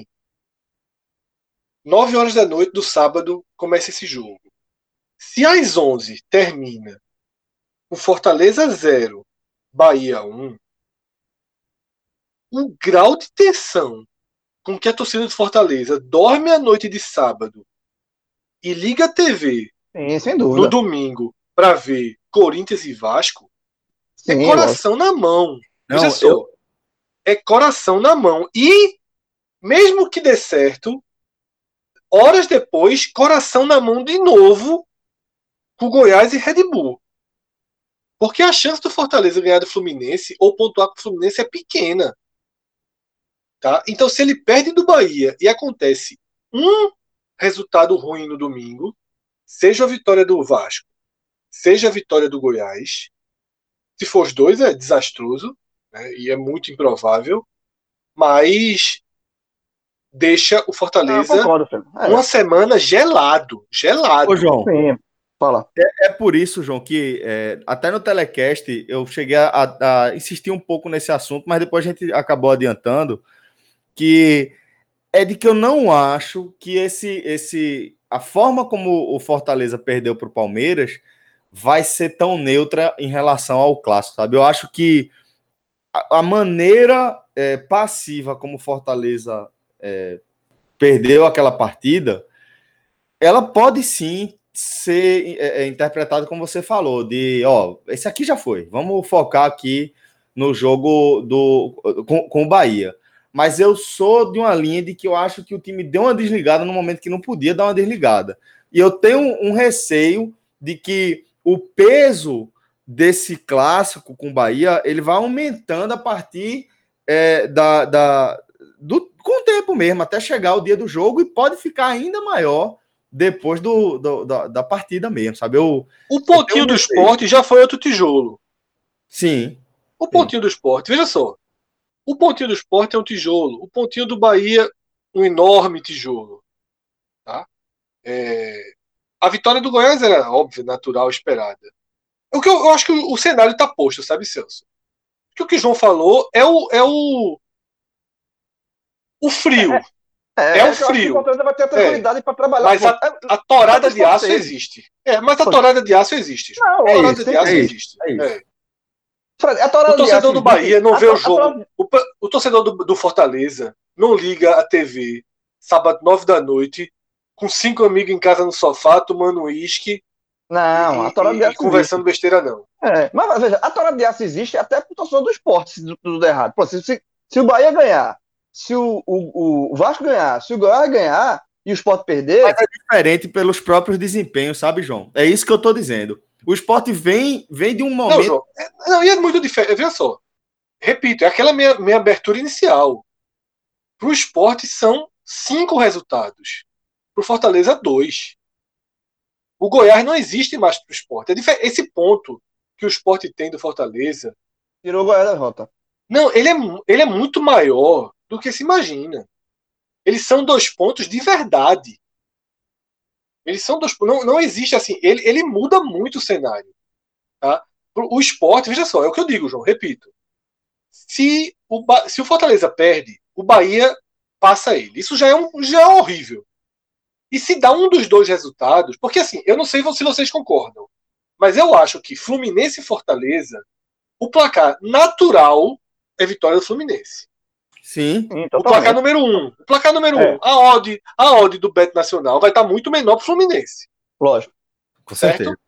nove horas da noite do sábado começa esse jogo. Se às onze termina o Fortaleza zero, Bahia um, um grau de tensão com que a torcida do Fortaleza dorme a noite de sábado e liga a T V Sim, sem dúvida. no domingo para ver Corinthians e Vasco, Sim, é coração na mão. Não, Veja só, eu- é coração na mão. E, mesmo que dê certo, horas depois, coração na mão de novo com Goiás e Red Bull. Porque a chance do Fortaleza ganhar do Fluminense ou pontuar com o Fluminense é pequena. Tá? Então, se ele perde do Bahia e acontece um resultado ruim no domingo, seja a vitória do Vasco, seja a vitória do Goiás, se for os dois é desastroso, né? E é muito improvável, mas deixa o Ah, Fortaleza concordo, Fernando. É, uma semana gelado, gelado. Ô, João, sim, fala. é por isso, João, que é, até no telecast eu cheguei a, a insistir um pouco nesse assunto, mas depois a gente acabou adiantando, que é de que eu não acho que esse, esse a forma como o Fortaleza perdeu para o Palmeiras vai ser tão neutra em relação ao clássico, sabe? Eu acho que a, a maneira é, passiva como o Fortaleza é, perdeu aquela partida, ela pode sim ser é, é, interpretada como você falou, de, ó, esse aqui já foi, vamos focar aqui no jogo do, com, com o Bahia. Mas eu sou de uma linha de que eu acho que o time deu uma desligada no momento que não podia dar uma desligada. E eu tenho um, um receio de que o peso desse clássico com o Bahia, ele vai aumentando a partir é, da, da, do, com o tempo mesmo, até chegar o dia do jogo, e pode ficar ainda maior depois do, do da, da partida mesmo, sabe? Eu, O pontinho um do receio. Sport já foi outro tijolo. Sim. O pontinho do Sport, veja só. O pontinho do Sport é um tijolo. O pontinho do Bahia, um enorme tijolo. Tá? É... A vitória do Goiás era óbvia, natural, esperada. O que eu, eu acho que o, o cenário está posto, sabe, Celso? Que o que o João falou é o, é o, o frio. É, É o eu acho que o frio. Fortaleza vai ter a tranquilidade para trabalhar. Mas a, a torada de aço teve. existe. É, mas a torada de aço existe. Não, a é torada isso, de é aço isso, existe. é isso. É. Fred, a O torada de torcedor aço do Bahia não a vê o to- a jogo. torada- O, pa- o torcedor do, do Fortaleza não liga a T V sábado, nove da noite, com cinco amigos em casa no sofá, tomando uísque Não, e, a torada e- de e aço conversando besteira, não. existe. É, mas veja, a torada de aço existe até pro torcedor do esporte, se tudo der errado. Pô, se, se, se o Bahia ganhar, se o, o, o Vasco ganhar, se o Goiás ganhar e o Sport perder, Mas é diferente pelos próprios desempenhos, sabe, João? É isso que eu tô dizendo. O esporte vem, vem de um Não, momento. João. É, não, e é muito diferente. Veja só. Repito, é aquela minha, minha abertura inicial. Pro esporte são cinco resultados. Pro Fortaleza, dois. O Goiás não existe mais pro esporte. É difer- esse ponto que o esporte tem do Fortaleza. tirou o Goiás da rota. Não, ele é, mu- ele é muito maior do que se imagina. Eles são dois pontos de verdade. Eles são dois pontos. Não, não existe assim. Ele, ele muda muito o cenário. Tá? Pro- O esporte, veja só, é o que eu digo, João, repito. Se o, Ba- se o Fortaleza perde, o Bahia passa ele. Isso já é, um, já é horrível. E se dá um dos dois resultados, porque assim, eu não sei se vocês concordam, mas eu acho que Fluminense e Fortaleza, o placar natural é vitória do Fluminense. Sim, Sim, O placar totalmente. número um. O placar número É. um. A odd, a odd do Bet Nacional vai estar muito menor para o Fluminense. Lógico. com Certo? certeza.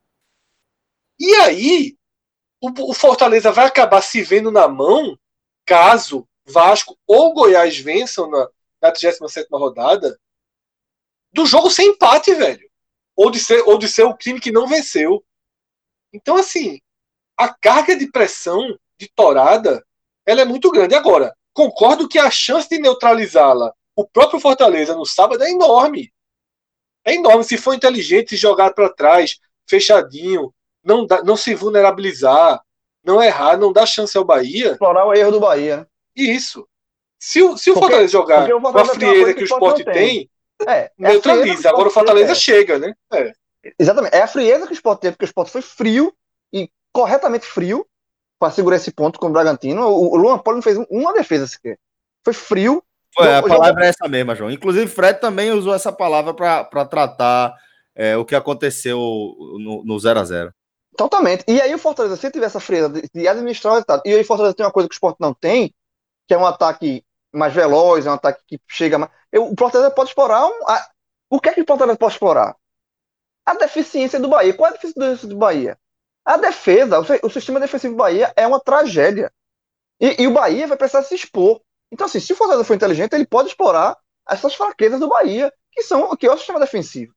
E aí, o, o Fortaleza vai acabar se vendo na mão caso Vasco ou Goiás vençam na, na trigésima sétima rodada do jogo sem empate, velho. Ou de ser, ou de ser o time que não venceu. Então, assim, a carga de pressão de torada ela é muito grande. Agora, concordo que a chance de neutralizá-la, o próprio Fortaleza no sábado, é enorme. É enorme. Se for inteligente, se jogar para trás, fechadinho, não, dá, não se vulnerabilizar, não errar, não dar chance ao Bahia, Explorar o erro do Bahia. né? e isso. Se o, se o Porque- Fortaleza jogar porque o com a Fortaleza tem uma frieza coisa que o que o Sport esporte não tem, tem. É, é a frieza que neutraliza. o Agora o Sport Fortaleza tem, chega, né? É. é. Exatamente. É a frieza que o Sport teve, porque o Sport foi frio e corretamente frio para segurar esse ponto com o Bragantino. O, o Luan Poli não fez um- uma defesa sequer. Foi frio. Foi, a jogou- palavra é essa mesma, João. Inclusive, Fred também usou essa palavra para tratar é, o que aconteceu no zero a zero. Totalmente. E aí o Fortaleza, se tiver essa frieza de, de administrar o resultado, e aí o Fortaleza tem uma coisa que o Sport não tem, que é um ataque mais veloz, é um ataque que chega mais. Eu, o Fortaleza pode explorar um, a- o que é que o Fortaleza pode explorar? A deficiência do Bahia. Qual é a deficiência do Bahia? A defesa, o, o sistema defensivo do Bahia é uma tragédia. E, e o Bahia vai precisar se expor. Então, assim, se o Fortaleza for inteligente, ele pode explorar essas fraquezas do Bahia, que são que é o sistema defensivo.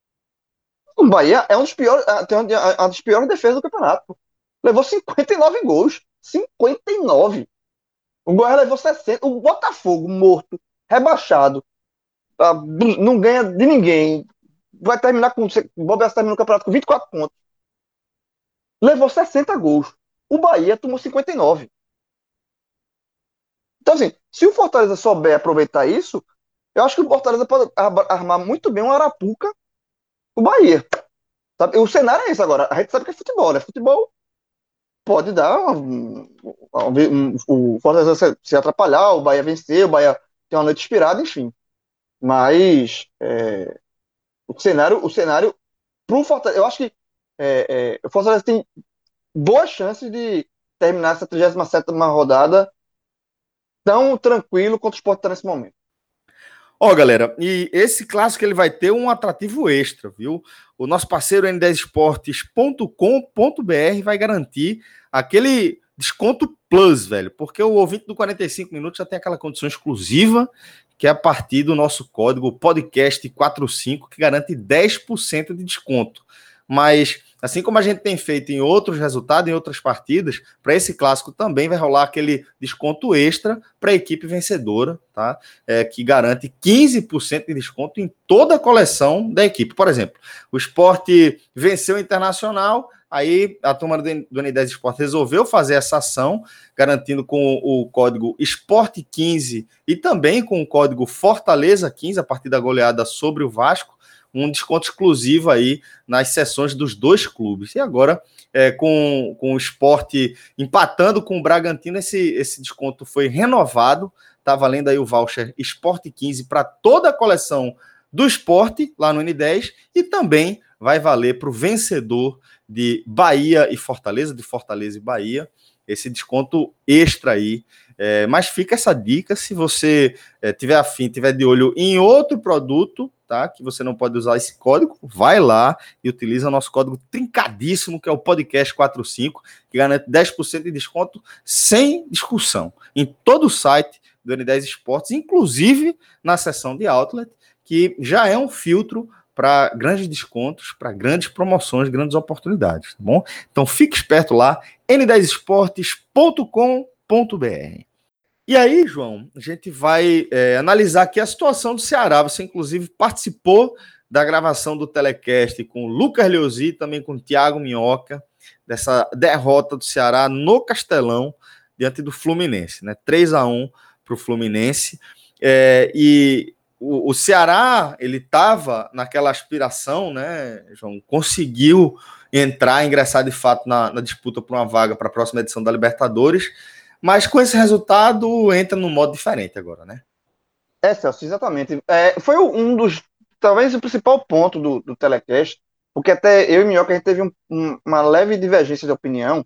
O Bahia é um dos piores, tem uma, uma das piores defesas do campeonato. Levou cinquenta e nove gols. cinquenta e nove. O Goiás levou sessenta. O Botafogo, morto, rebaixado, não ganha de ninguém. Vai terminar com. O Bob termina o campeonato com vinte e quatro pontos. Levou sessenta gols. O Bahia tomou cinquenta e nove. Então, assim, se o Fortaleza souber aproveitar isso, eu acho que o Fortaleza pode armar muito bem um Arapuca o Bahia. Sabe? O cenário é esse agora. A gente sabe que é futebol, né? Futebol pode dar um, um, um, o Fortaleza se, se atrapalhar, o Bahia vencer, o Bahia ter uma noite inspirada, enfim. Mas é, o cenário, o cenário pro Fortaleza, eu acho que é, é, o Fortaleza tem boas chances de terminar essa trigésima sétima rodada tão tranquilo quanto o Sport está nesse momento. Ó, oh, galera, e esse clássico ele vai ter um atrativo extra, viu? O nosso parceiro N dez esportes ponto com ponto b r vai garantir aquele desconto plus, velho, porque o ouvinte do quarenta e cinco minutos já tem aquela condição exclusiva, que é a partir do nosso código podcast quarenta e cinco, que garante dez por cento de desconto. Mas, assim como a gente tem feito em outros resultados, em outras partidas, para esse clássico também vai rolar aquele desconto extra para a equipe vencedora, tá? É, que garante quinze por cento de desconto em toda a coleção da equipe. Por exemplo, o Sport venceu o Internacional, aí a turma do N dez Esporte resolveu fazer essa ação, garantindo com o código Sport quinze e também com o código Fortaleza quinze, a partir da goleada sobre o Vasco, um desconto exclusivo aí nas sessões dos dois clubes. E agora, é, com, com o Sport empatando com o Bragantino, esse, esse desconto foi renovado. Está valendo aí o voucher Sport quinze para toda a coleção do Sport, lá no N dez, e também vai valer para o vencedor de Bahia e Fortaleza, de Fortaleza e Bahia, esse desconto extra aí. É, mas fica essa dica, se você é, tiver afim, tiver de olho em outro produto, tá, que você não pode usar esse código, vai lá e utiliza o nosso código trincadíssimo, que é o podcast quarenta e cinco, que garante dez por cento de desconto sem discussão, em todo o site do N dez Esportes, inclusive na seção de Outlet, que já é um filtro para grandes descontos, para grandes promoções, grandes oportunidades, tá bom? Então fique esperto lá, N dez esportes ponto com ponto b r. E aí, João, a gente vai é, analisar aqui a situação do Ceará. Você, inclusive, participou da gravação do telecast com o Lucas Leozzi, também com o Thiago Minhoca, dessa derrota do Ceará no Castelão, diante do Fluminense, né? três a um para o Fluminense. É, e o, o Ceará, ele estava naquela aspiração, né, João? Conseguiu entrar, ingressar de fato na, na disputa por uma vaga para a próxima edição da Libertadores. Mas com esse resultado entra num modo diferente agora, né? É, Celso, exatamente. É, foi um dos, talvez o principal ponto do, do telecast, porque até eu e Minhoca a gente teve um, um, uma leve divergência de opinião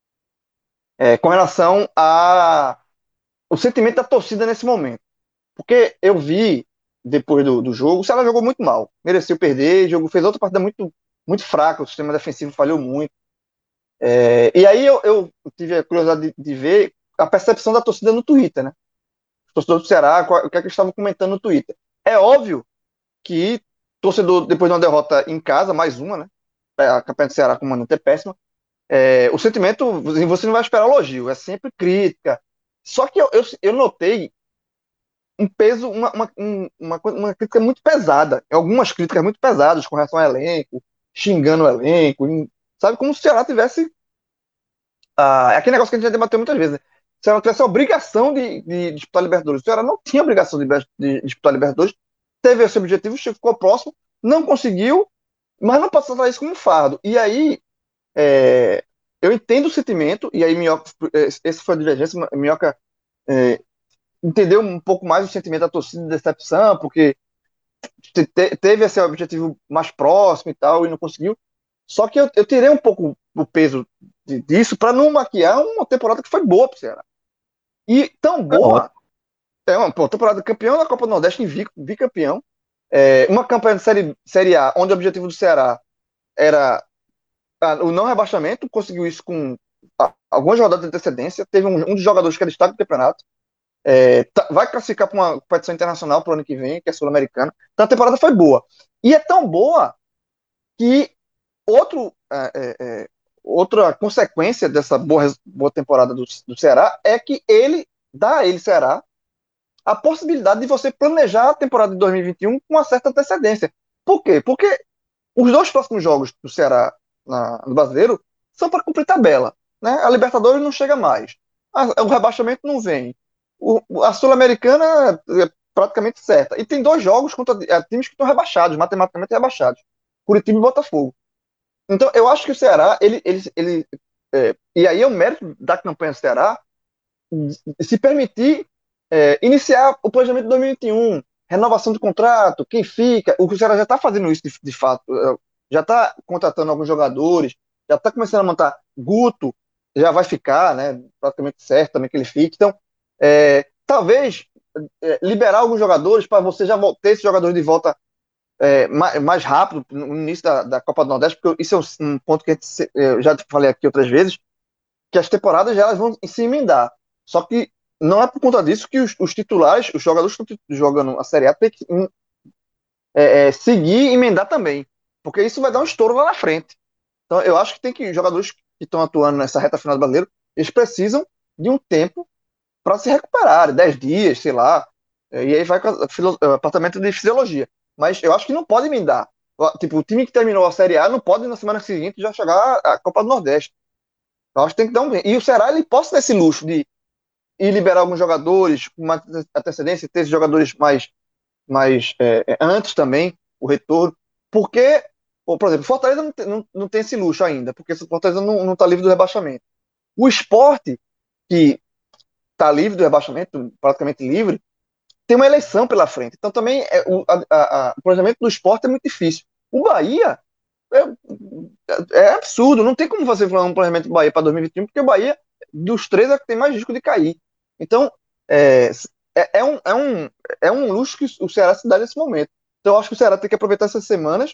é, com relação a o sentimento da torcida nesse momento. Porque eu vi, depois do, do jogo, o Ceará jogou muito mal, mereceu perder, jogo, fez outra partida muito, muito fraca, o sistema defensivo falhou muito. É, e aí eu, eu tive a curiosidade de, de ver a percepção da torcida no Twitter, né? Os torcedores do Ceará, o que é que eles estavam comentando no Twitter. É óbvio que torcedor, depois de uma derrota em casa, mais uma, né? A campanha do Ceará com uma nota é péssima. É, o sentimento, você não vai esperar elogio, é sempre crítica. Só que eu, eu, eu notei um peso, uma, uma, uma, uma crítica muito pesada. Algumas críticas muito pesadas com relação ao elenco, xingando o elenco, sabe? Como se o Ceará tivesse. Ah, é aquele negócio que a gente já debateu muitas vezes, né? Se ela tivesse a obrigação de, de disputar a Libertadores, o Ceará não tinha obrigação de, de disputar a Libertadores, teve esse objetivo, ficou próximo, não conseguiu, mas não pode tratar isso como um fardo. E aí, é, eu entendo o sentimento, e aí Minhoca, esse foi a divergência, Minhoca é, entendeu um pouco mais o sentimento da torcida de decepção, porque te, teve esse objetivo mais próximo e tal, e não conseguiu. Só que eu, eu tirei um pouco o peso disso para não maquiar uma temporada que foi boa para o Ceará. E tão boa, é uma pô, temporada campeão da Copa do Nordeste, bicampeão, é, uma campanha de série, série A, onde o objetivo do Ceará era o não rebaixamento conseguiu isso com algumas rodadas de antecedência. Teve um, um dos jogadores que é destaque do campeonato. É, tá, vai classificar para uma competição internacional para o ano que vem, que é sul-americana. Então a temporada foi boa. E é tão boa que outro, é, é, é outra consequência dessa boa, boa temporada do, do Ceará é que ele dá a ele, Ceará, a possibilidade de você planejar a temporada de dois mil e vinte e um com uma certa antecedência. Por quê? Porque os dois próximos jogos do Ceará na, no Brasileiro são para cumprir tabela. Né? A Libertadores não chega mais. A, o rebaixamento não vem. O, a Sul-Americana é praticamente certa. E tem dois jogos contra é, times que estão rebaixados, matematicamente rebaixados. Curitiba e Botafogo. Então, eu acho que o Ceará, ele, ele, ele é, e aí é o mérito da campanha do Ceará, se permitir é, iniciar o planejamento de dois mil e vinte e um, renovação de contrato, quem fica, o Ceará já está fazendo isso de, de fato, já está contratando alguns jogadores, já está começando a montar. Guto já vai ficar, né, praticamente certo também que ele fique. Então, é, talvez é, liberar alguns jogadores para você já ter esses jogadores de volta é, mais, mais rápido no início da, da Copa do Nordeste, porque isso é um, um ponto que a gente, eu já falei aqui outras vezes, que as temporadas já elas vão se emendar. Só que não é por conta disso que os, os titulares, os jogadores que estão jogando a Série A, têm que é, é, seguir e emendar também. Porque isso vai dar um estouro lá na frente. Então, eu acho que tem que jogadores que estão atuando nessa reta final do Brasileiro, eles precisam de um tempo para se recuperarem, dez dias, sei lá. E aí vai com o departamento de fisiologia. Mas eu acho que não pode emendar. Tipo, o time que terminou a Série A não pode na semana seguinte já chegar à Copa do Nordeste. Eu acho que tem que dar um. E o Ceará, ele possa dar esse luxo de ir liberar alguns jogadores com uma antecedência, ter esses jogadores mais, mais é, antes também, o retorno. Porque, por exemplo, o Fortaleza não tem, não, não tem esse luxo ainda, porque o Fortaleza não está livre do rebaixamento. O Sport, que está livre do rebaixamento, praticamente livre, tem uma eleição pela frente. Então também é, o, a, a, o planejamento do Sport é muito difícil. O Bahia é, é absurdo, não tem como você falar um planejamento do Bahia para dois mil e vinte e um, porque o Bahia, dos três, é que tem mais risco de cair. Então, é, é, é, um, é, um, é um luxo que o Ceará se dá nesse momento. Então, eu acho que o Ceará tem que aproveitar essas semanas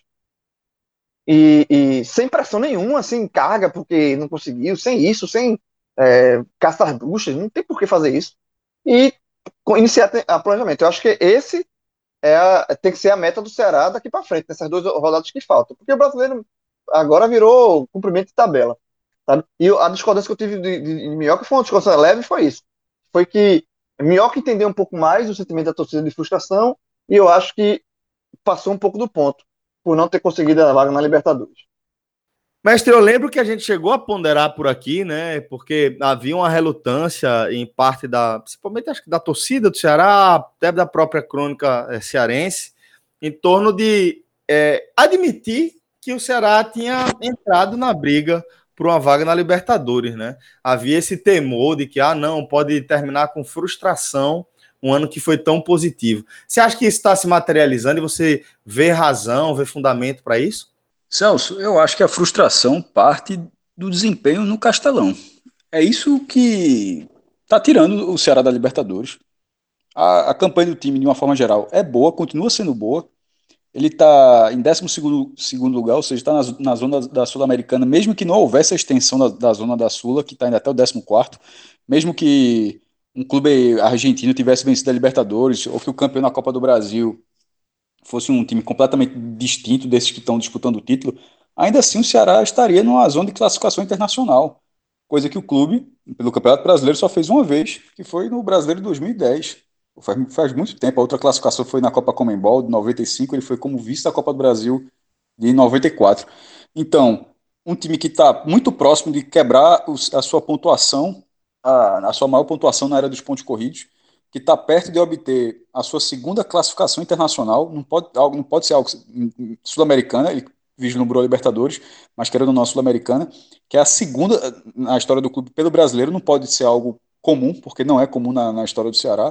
e, e sem pressão nenhuma, sem carga, porque não conseguiu, sem isso, sem é, caçar bruxas, não tem por que fazer isso. E iniciar a planejamento. Eu acho que esse é a, tem que ser a meta do Ceará daqui para frente, nessas duas rodadas que faltam. Porque o brasileiro agora virou cumprimento de tabela. Sabe? E a discordância que eu tive de, de, de Minhoca foi uma discordância leve, foi isso. Foi que Minhoca entendeu um pouco mais o sentimento da torcida de frustração e eu acho que passou um pouco do ponto por não ter conseguido a vaga na Libertadores. Mestre, eu lembro que a gente chegou a ponderar por aqui, né? Porque havia uma relutância em parte da, principalmente acho que da torcida do Ceará, até da própria crônica é, cearense, em torno de é, admitir que o Ceará tinha entrado na briga por uma vaga na Libertadores, né? Havia esse temor de que, ah, não, pode terminar com frustração um ano que foi tão positivo. Você acha que isso está se materializando e você vê razão, vê fundamento para isso? Celso, eu acho que a frustração parte do desempenho no Castelão. É isso que está tirando o Ceará da Libertadores. A, a campanha do time, de uma forma geral, é boa, continua sendo boa. Ele está em décimo segundo, segundo lugar, ou seja, está na, na zona da Sul-Americana, mesmo que não houvesse a extensão da, da zona da Sula, que está indo até o décimo quarto, mesmo que um clube argentino tivesse vencido a Libertadores, ou que o campeão na Copa do Brasil fosse um time completamente distinto desses que estão disputando o título, ainda assim o Ceará estaria numa zona de classificação internacional, coisa que o clube, pelo Campeonato Brasileiro, só fez uma vez, que foi no Brasileiro de dois mil e dez. Faz, faz muito tempo. A outra classificação foi na Copa Comembol de noventa e cinco, ele foi como vice da Copa do Brasil de noventa e quatro. Então, um time que está muito próximo de quebrar os, a sua pontuação, a, a sua maior pontuação na era dos pontos corridos, que está perto de obter a sua segunda classificação internacional, não pode, não pode ser algo sul-americana, ele vislumbrou a Libertadores, mas querendo ou não sul-americana, que é a segunda na história do clube pelo brasileiro, não pode ser algo comum, porque não é comum na, na história do Ceará,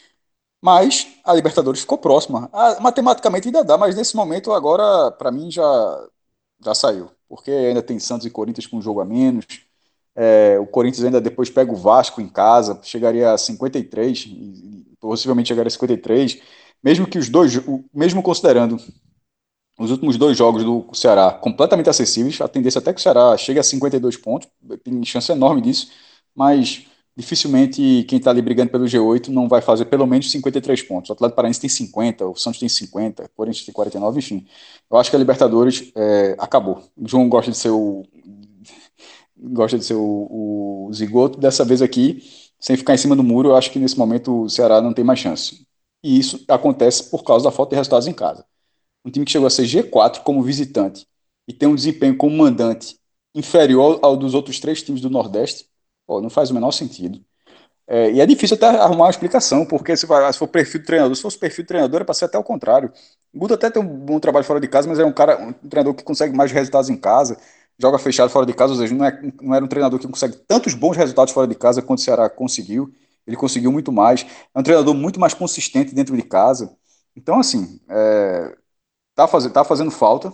mas a Libertadores ficou próxima. Ah, matematicamente ainda dá, mas nesse momento agora, para mim, já, já saiu, porque ainda tem Santos e Corinthians com um jogo a menos. É, o Corinthians ainda depois pega o Vasco em casa, chegaria a cinquenta e três, e possivelmente chegaria a cinquenta e três, mesmo que os dois, mesmo considerando Os últimos dois jogos do Ceará completamente acessíveis, a tendência até que o Ceará chegue a cinquenta e dois pontos, tem chance enorme disso, mas dificilmente quem está ali brigando pelo G oito não vai fazer pelo menos cinquenta e três pontos. O Atlético Paranaense tem cinquenta, o Santos tem cinquenta, o Corinthians tem quarenta e nove, enfim. Eu acho que a Libertadores é, acabou. O João gosta de ser o gosta de ser o, o zigoto, dessa vez aqui, sem ficar em cima do muro, eu acho que nesse momento o Ceará não tem mais chance. E isso acontece por causa da falta de resultados em casa. Um time que chegou a ser G quatro como visitante e tem um desempenho como mandante inferior ao dos outros três times do Nordeste, pô, não faz o menor sentido. É, e é difícil até arrumar uma explicação, porque se, vai, se for perfil do treinador, se fosse perfil do treinador, é para ser até o contrário. O Guto até tem um bom trabalho fora de casa, mas é um cara, um treinador que consegue mais resultados em casa, joga fechado fora de casa, ou seja, não, é, não era um treinador que consegue tantos bons resultados fora de casa quanto o Ceará conseguiu. Ele conseguiu muito mais. É um treinador muito mais consistente dentro de casa. Então, assim, é, tá, faz, tá fazendo falta.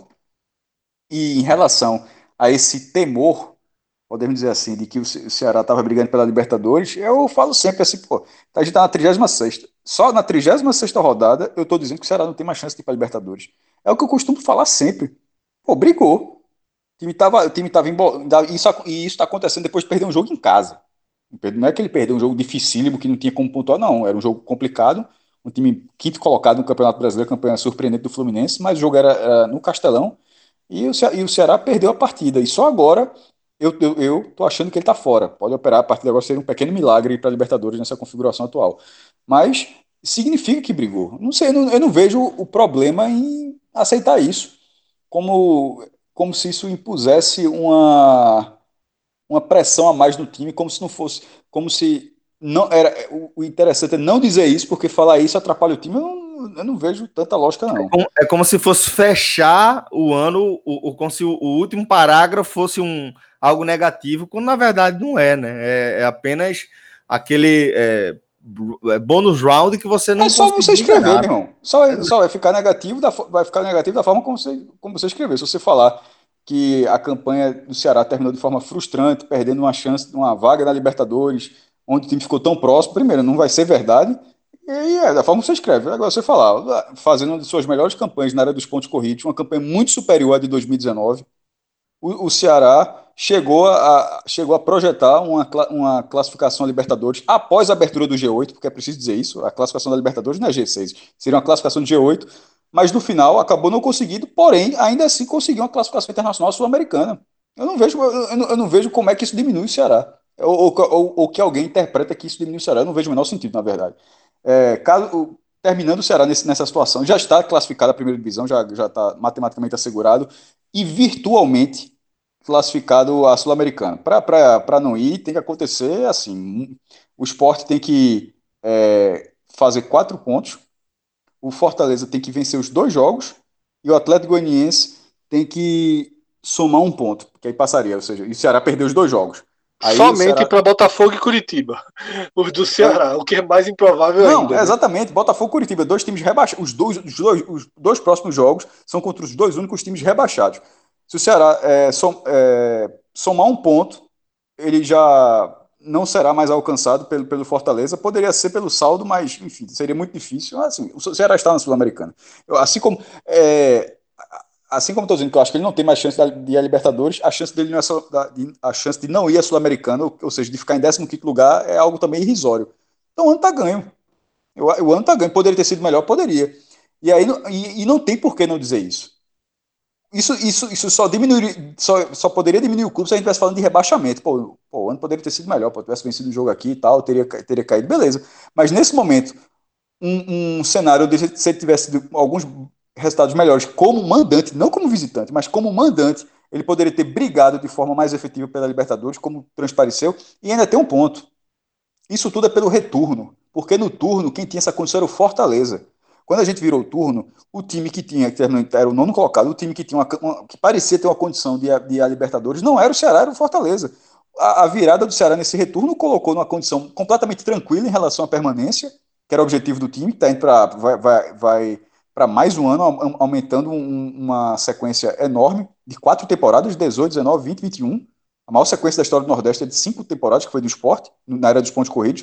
E em relação a esse temor, podemos dizer assim, de que o Ce- o Ceará estava brigando pela Libertadores, eu falo sempre assim, pô, a gente está na trigésima sexta. Só na trigésima sexta rodada eu estou dizendo que o Ceará não tem mais chance de ir para a Libertadores. É o que eu costumo falar sempre. Pô, brigou. O time estava, o time tava embo- isso, ac- e isso está acontecendo depois de perder um jogo em casa. Não é que ele perdeu um jogo dificílimo que não tinha como pontuar, não. Era um jogo complicado. Um time quinto colocado no Campeonato Brasileiro, campanha surpreendente do Fluminense, mas o jogo era, era no Castelão e o, Ce- e o Ceará perdeu a partida. E só agora eu, eu, eu tô achando que ele tá fora. Pode operar a partir de agora, seria um pequeno milagre para a Libertadores nessa configuração atual. Mas significa que brigou. Não sei, eu não, eu não vejo o problema em aceitar isso. Como, como se isso impusesse uma uma pressão a mais no time, como se não fosse, como se não era o, o interessante é não dizer isso, porque falar isso atrapalha o time. Eu não, eu não vejo tanta lógica, É não. como, é como se fosse fechar o ano, o, o- como se o, o último parágrafo fosse um, algo negativo, quando na verdade não é, né? É, é apenas aquele é, é, bônus round que você É não só você conseguiu escrever, ganhar. meu irmão. Só, só vai ficar negativo da, vai ficar negativo da forma como você, como você escrever. Se você falar que a campanha do Ceará terminou de forma frustrante, perdendo uma chance de uma vaga na Libertadores, onde o time ficou tão próximo, primeiro, não vai ser verdade. E aí é da forma que você escreve. Agora você falar, ah, fazendo uma de suas melhores campanhas na área dos pontos corridos, uma campanha muito superior à de dois mil e dezenove, o, o Ceará chegou a, chegou a projetar uma, uma classificação a Libertadores após a abertura do G oito, porque é preciso dizer isso, a classificação da Libertadores não é G seis, seria uma classificação de G oito, mas no final acabou não conseguindo, porém, ainda assim conseguiu uma classificação internacional sul-americana. Eu não vejo, eu não, eu não vejo como é que isso diminui o Ceará, ou, ou, ou, ou que alguém interpreta que isso diminui o Ceará, eu não vejo o menor sentido, na verdade. É, caso, terminando o Ceará nesse, nessa situação, já está classificado a primeira divisão, já, já está matematicamente assegurado, e virtualmente classificado a Sul-Americana. Para não ir, tem que acontecer assim: o Sport tem que é, fazer quatro pontos, o Fortaleza tem que vencer os dois jogos, e o Atlético Goianiense tem que somar um ponto, que aí passaria, ou seja, e o Ceará perdeu os dois jogos. Aí o Somente Ceará. para Botafogo e Curitiba. Os do É, Ceará, o que é mais improvável não, ainda, é né? exatamente. Botafogo e Curitiba, dois times rebaixados. Os dois, os, dois, os dois próximos jogos são contra os dois únicos times rebaixados. Se o Ceará é, som, é, somar um ponto, ele já não será mais alcançado pelo, pelo Fortaleza. Poderia ser pelo saldo, mas, enfim, seria muito difícil. Assim, o Ceará está na Sul-Americana. Eu, Assim como. É, assim como estou dizendo que eu acho que ele não tem mais chance de ir à Libertadores, a chance dele não é só, de, a chance de não ir à Sul-Americana, ou, ou seja, de ficar em décimo quinto lugar, é algo também irrisório. Então o ano está ganho. O, o ano tá ganho, poderia ter sido melhor, poderia. E aí e, e não tem por que não dizer isso. Isso, isso, isso só diminuiria, só, só poderia diminuir o clube se a gente estivesse falando de rebaixamento. Pô, pô, o ano poderia ter sido melhor, pô, tivesse vencido o jogo aqui e tal, teria, teria caído, beleza. Mas nesse momento, um, um cenário onde se ele tivesse alguns resultados melhores como mandante, não como visitante, mas como mandante, ele poderia ter brigado de forma mais efetiva pela Libertadores, como transpareceu, e ainda tem um ponto. Isso tudo é pelo retorno, porque no turno quem tinha essa condição era o Fortaleza. Quando a gente virou o turno, o time que tinha, que era o nono colocado, o time que tinha uma, uma, que parecia ter uma condição de, de ir a Libertadores, não era o Ceará, era o Fortaleza. A, a virada do Ceará nesse retorno colocou numa condição completamente tranquila em relação à permanência, que era o objetivo do time, que tá indo pra, vai, vai, vai para mais um ano, aumentando um, uma sequência enorme de quatro temporadas, dezoito, dezenove, vinte, vinte e um. A maior sequência da história do Nordeste é de cinco temporadas, que foi do Sport, na era dos pontos corridos.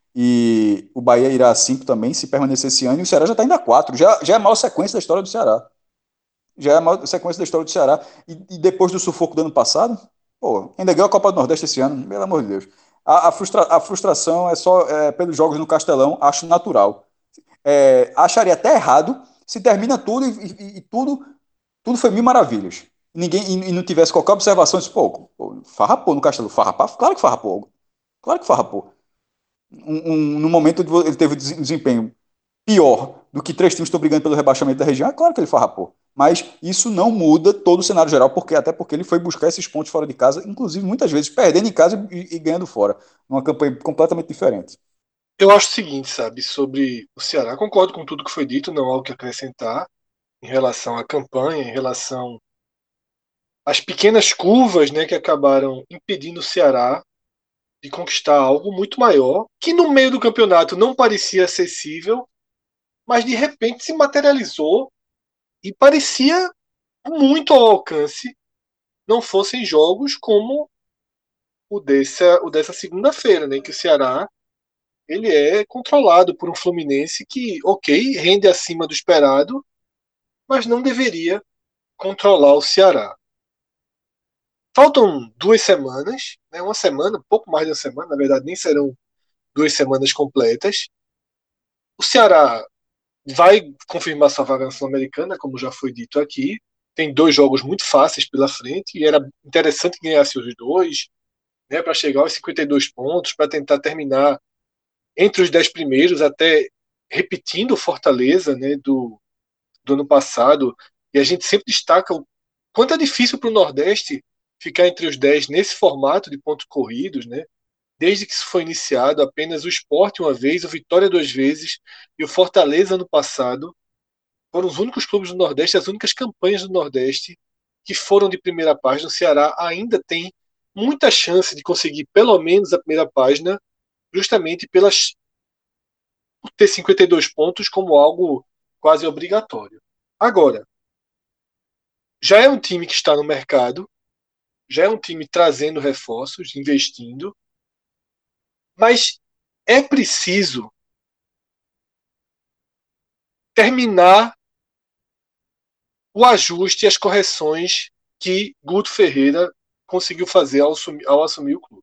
E o Bahia irá a cinco também, se permanecer esse ano. E o Ceará já está indo a quatro. Já, já é a maior sequência da história do Ceará. Já é a maior sequência da história do Ceará. E, e depois do sufoco do ano passado, pô, ainda ganhou a Copa do Nordeste esse ano, pelo amor de Deus. A, a, frustra, a frustração é só é, pelos jogos no Castelão, acho natural. É, acharia até errado se termina tudo e, e, e tudo, tudo foi mil maravilhas. Ninguém, e, e não tivesse qualquer observação, disse, pô, pô, farrapou no Castelão. Farrapou? Claro que farrapou. Claro que farrapou. Um, um, no momento ele teve um desempenho pior do que três times que estão brigando pelo rebaixamento da região, é claro que ele farrapou. Mas isso não muda todo o cenário geral, porque até porque ele foi buscar esses pontos fora de casa, inclusive muitas vezes perdendo em casa e, e ganhando fora. Uma campanha completamente diferente. Eu acho o seguinte, sabe, sobre o Ceará, concordo com tudo que foi dito, não há o que acrescentar em relação à campanha, em relação às pequenas curvas, né, que acabaram impedindo o Ceará de conquistar algo muito maior, que no meio do campeonato não parecia acessível, mas de repente se materializou e parecia muito ao alcance, não fossem jogos como o dessa, o dessa segunda-feira, né, que o Ceará ele é controlado por um Fluminense que, ok, rende acima do esperado, mas não deveria controlar o Ceará. Faltam duas semanas, né, uma semana, um pouco mais de uma semana, na verdade nem serão duas semanas completas. O Ceará vai confirmar sua vaga na Sul-Americana, como já foi dito aqui. Tem dois jogos muito fáceis pela frente e era interessante ganhar os dois, né, para chegar aos cinquenta e dois pontos, para tentar terminar entre os dez primeiros, até repetindo o Fortaleza, né, do, do ano passado. E a gente sempre destaca o quanto é difícil para o Nordeste ficar entre os dez nesse formato de pontos corridos, né? Desde que isso foi iniciado, apenas o Sport uma vez, o Vitória duas vezes e o Fortaleza ano passado foram os únicos clubes do Nordeste, as únicas campanhas do Nordeste que foram de primeira página. O Ceará ainda tem muita chance de conseguir pelo menos a primeira página, justamente pelas por ter cinquenta e dois pontos como algo quase obrigatório. Agora, já é um time que está no mercado, já é um time trazendo reforços, investindo, mas é preciso terminar o ajuste e as correções que Guto Ferreira conseguiu fazer ao assumir, ao assumir o clube.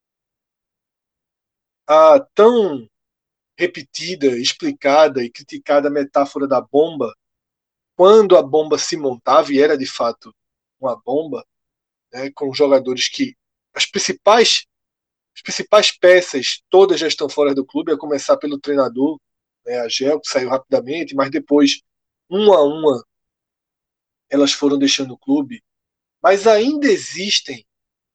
A tão repetida, explicada e criticada metáfora da bomba, quando a bomba se montava, e era de fato uma bomba, né, com jogadores que as principais, as principais peças todas já estão fora do clube, a começar pelo treinador, né, a Gel, que saiu rapidamente, mas depois, uma a uma, elas foram deixando o clube. Mas ainda existem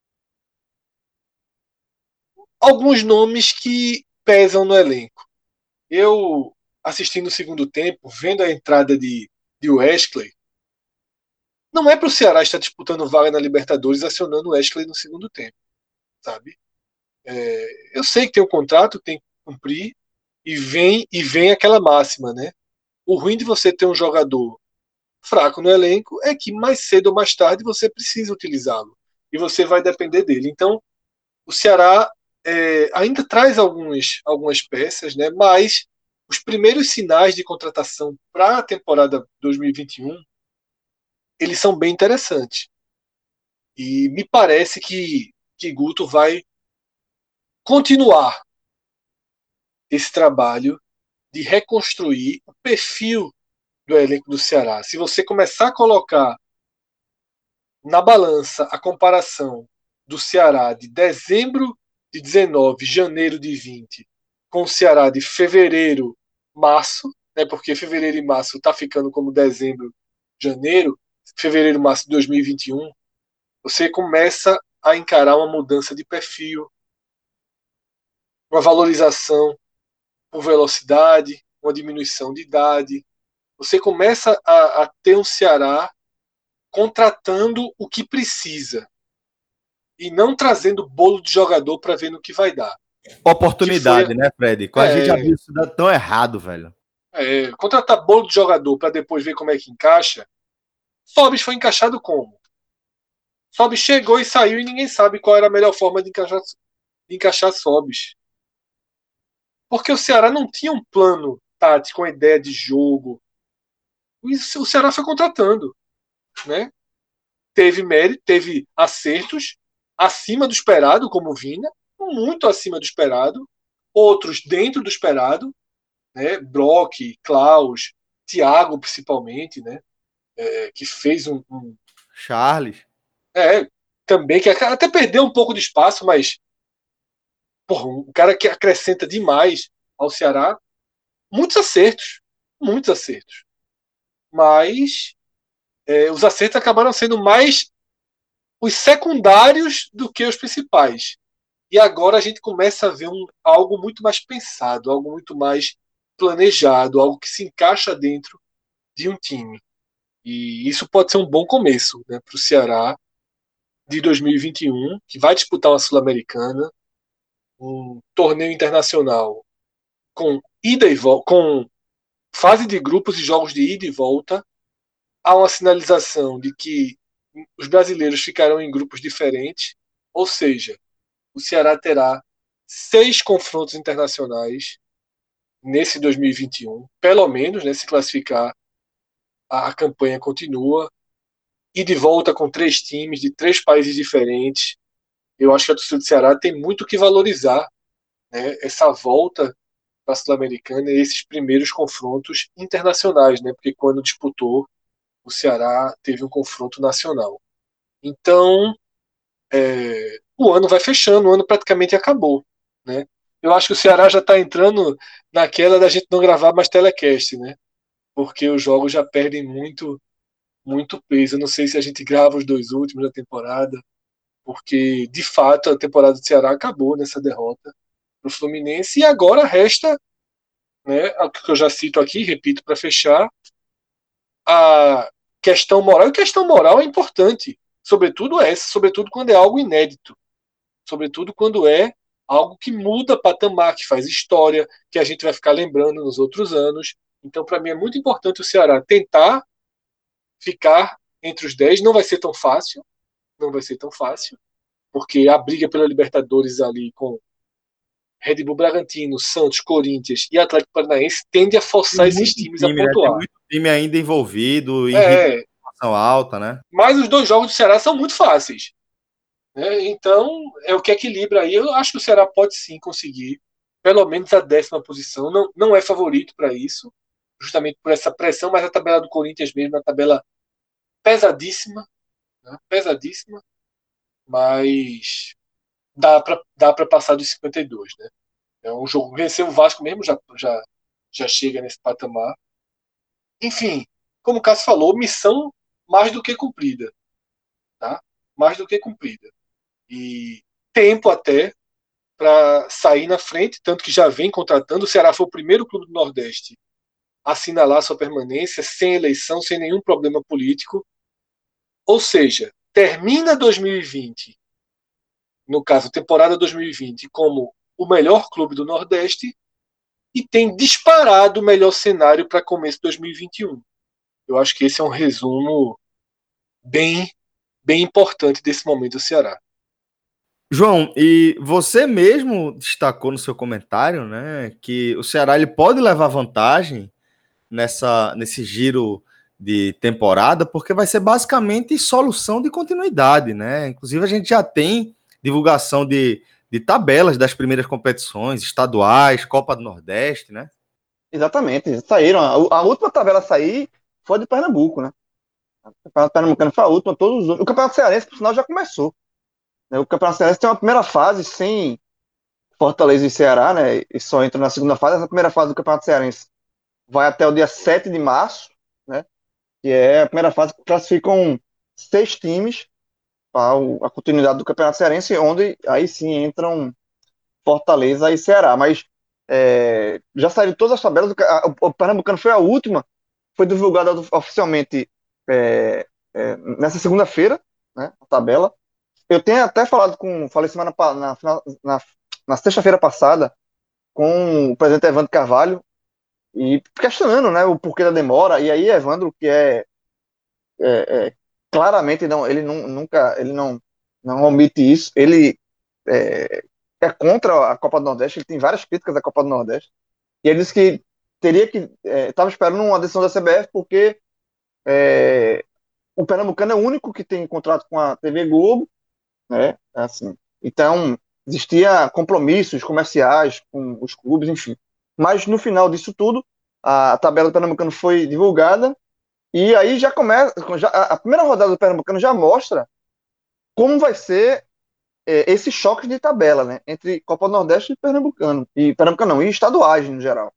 alguns nomes que pesam no elenco. Eu, assistindo o segundo tempo, vendo a entrada de, de Wesley, não é para o Ceará estar disputando vaga na Libertadores acionando o Wesley no segundo tempo, sabe? É, eu sei que tem um contrato, tem que cumprir, e vem, e vem aquela máxima, né? O ruim de você ter um jogador fraco no elenco é que mais cedo ou mais tarde você precisa utilizá-lo. E você vai depender dele. Então, o Ceará é, ainda traz alguns, algumas peças, né? Mas os primeiros sinais de contratação para a temporada dois mil e vinte e um eles são bem interessantes. E me parece que, que Guto vai continuar esse trabalho de reconstruir o perfil do elenco do Ceará. Se você começar a colocar na balança a comparação do Ceará de dezembro de dezenove, janeiro de vinte, com o Ceará de fevereiro, março, né, porque fevereiro e março está ficando como dezembro, janeiro, fevereiro, março de dois mil e vinte e um, você começa a encarar uma mudança de perfil, uma valorização por velocidade, uma diminuição de idade. Você começa a, a ter um Ceará contratando o que precisa e não trazendo bolo de jogador para ver no que vai dar. Oportunidade, foi, né, Fred? A é, gente já viu isso tão errado, velho. É, contratar bolo de jogador para depois ver como é que encaixa. Sobis foi encaixado como? Sobis chegou e saiu e ninguém sabe qual era a melhor forma de encaixar, de encaixar Sobis. Porque o Ceará não tinha um plano tático, uma ideia de jogo. O Ceará foi contratando. né? Teve mérito, teve acertos acima do esperado, como o Vina, muito acima do esperado, outros dentro do esperado, né? Brock, Klaus, Thiago principalmente, né? É, que fez um, um Charles. é, também que até perdeu um pouco de espaço, mas porra, um cara que acrescenta demais ao Ceará, muitos acertos, muitos acertos, mas é, os acertos acabaram sendo mais os secundários do que os principais. E agora a gente começa a ver um, algo muito mais pensado, algo muito mais planejado, algo que se encaixa dentro de um time. E isso pode ser um bom começo, né, para o Ceará de dois mil e vinte e um, que vai disputar uma Sul-Americana, um torneio internacional com ida e volta, com fase de grupos e jogos de ida e volta. Há uma sinalização de que os brasileiros ficarão em grupos diferentes, ou seja, o Ceará terá seis confrontos internacionais nesse dois mil e vinte e um, pelo menos, né, se classificar, a, a campanha continua. E de volta com três times de três países diferentes. Eu acho que a torcida do Ceará tem muito que valorizar, né, essa volta para a Sul-Americana e esses primeiros confrontos internacionais, né, porque quando disputou, o Ceará teve um confronto nacional. Então, é, o ano vai fechando, o ano praticamente acabou, né? Eu acho que o Ceará já está entrando naquela da gente não gravar mais telecast, né? Porque os jogos já perdem muito, muito peso. Eu não sei se a gente grava os dois últimos da temporada, porque de fato a temporada do Ceará acabou nessa derrota para o Fluminense e agora resta, né? O que eu já cito aqui, repito para fechar, a questão moral. E questão moral é importante, sobretudo essa, sobretudo quando é algo inédito, sobretudo quando é algo que muda patamar, que faz história, que a gente vai ficar lembrando nos outros anos. Então, para mim, é muito importante o Ceará tentar ficar entre os dez. Não vai ser tão fácil, não vai ser tão fácil, porque a briga pela Libertadores ali com Red Bull Bragantino, Santos, Corinthians e Atlético Paranaense tende a forçar Tem esses muito times time, a né? Tem pontuar. muito time ainda envolvido em ritmo É, de pontuação alta, né? mas os dois jogos do Ceará são muito fáceis, né? Então, é o que equilibra aí. Eu acho que o Ceará pode sim conseguir pelo menos a décima posição. Não, não é favorito para isso, justamente por essa pressão, mas a tabela do Corinthians mesmo é uma tabela pesadíssima, né? Pesadíssima, mas dá para dá para passar dos cinquenta e dois, né? É um jogo, vencer o Vasco mesmo já, já, já chega nesse patamar. Enfim, como o Cássio falou, missão mais do que cumprida, tá? Mais do que cumprida. E tempo até para sair na frente, tanto que já vem contratando. O Ceará foi o primeiro clube do Nordeste a assinalar sua permanência sem eleição, sem nenhum problema político. Ou seja, termina dois mil e vinte, no caso, temporada dois mil e vinte, como o melhor clube do Nordeste e tem disparado o melhor cenário para começo de dois mil e vinte e um. Eu acho que esse é um resumo bem, bem importante desse momento do Ceará. João, e você mesmo destacou no seu comentário, né, que o Ceará ele pode levar vantagem nessa, nesse giro de temporada, porque vai ser basicamente solução de continuidade, né? Inclusive a gente já tem divulgação de, de tabelas das primeiras competições, estaduais, Copa do Nordeste, né? Exatamente, saíram. A, a última tabela a sair foi de Pernambuco, né? O Campeonato Pernambucano foi a última, todos os... O Campeonato Cearense, por sinal, já começou. Né? O Campeonato Cearense tem uma primeira fase sem Fortaleza e Ceará, né? E só entra na segunda fase. Essa primeira fase do Campeonato Cearense vai até o dia sete de março, né? Que é a primeira fase que classificam seis times para a continuidade do Campeonato Cearense, onde aí sim entram Fortaleza e Ceará. Mas é, já saíram todas as tabelas. Do, a, o Pernambucano foi a última, foi divulgada oficialmente é, é, nessa segunda-feira, né? A tabela. Eu tenho até falado com, falei semana na, na, na sexta-feira passada com o presidente Evandro Carvalho e questionando, né, o porquê da demora. E aí Evandro, que é, é, é claramente não, ele não, nunca, ele não, não omite isso. Ele é, é contra a Copa do Nordeste. Ele tem várias críticas à Copa do Nordeste. E ele disse que teria que estava é, esperando uma decisão da C B F porque é, o Pernambucano é o único que tem contrato com a T V Globo, né? Assim, então, existia compromissos comerciais com os clubes, enfim. Mas no final disso tudo, a tabela do Pernambucano foi divulgada e aí já começa, já, a primeira rodada do Pernambucano já mostra como vai ser é, esse choque de tabela, né? Entre Copa do Nordeste e Pernambucano. E Pernambucano não, e estaduais no geral.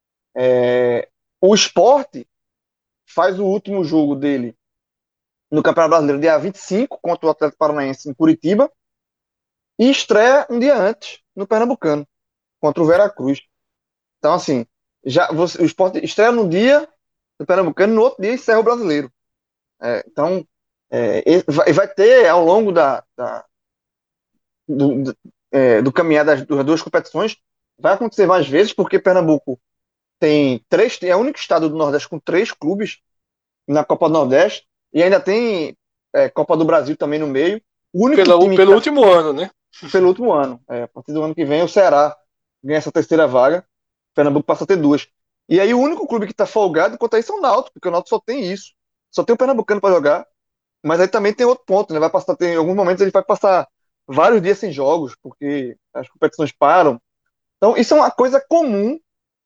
É, o Sport faz o último jogo dele no Campeonato Brasileiro, dia vinte e cinco, contra o Atlético Paranaense em Curitiba, e estreia um dia antes no Pernambucano, contra o Veracruz. Então, assim, já você, o Sport estreia no dia do Pernambucano, no outro dia encerra o Brasileiro. É, então, é, vai, vai ter ao longo da, da do, do, é, do caminhar das, das duas competições, vai acontecer mais vezes, porque Pernambuco tem três, é o único estado do Nordeste com três clubes na Copa do Nordeste, e ainda tem é, Copa do Brasil também no meio. O único Pela, time pelo tá, último ano, né? pelo último ano. É, a partir do ano que vem, o Ceará ganha essa terceira vaga, Pernambuco passa a ter duas. E aí o único clube que está folgado quanto a isso é o Náutico, porque o Náutico só tem isso. Só tem o Pernambucano para jogar, mas aí também tem outro ponto, né? Vai passar, tem, em alguns momentos ele vai passar vários dias sem jogos, porque as competições param. Então, isso é uma coisa comum.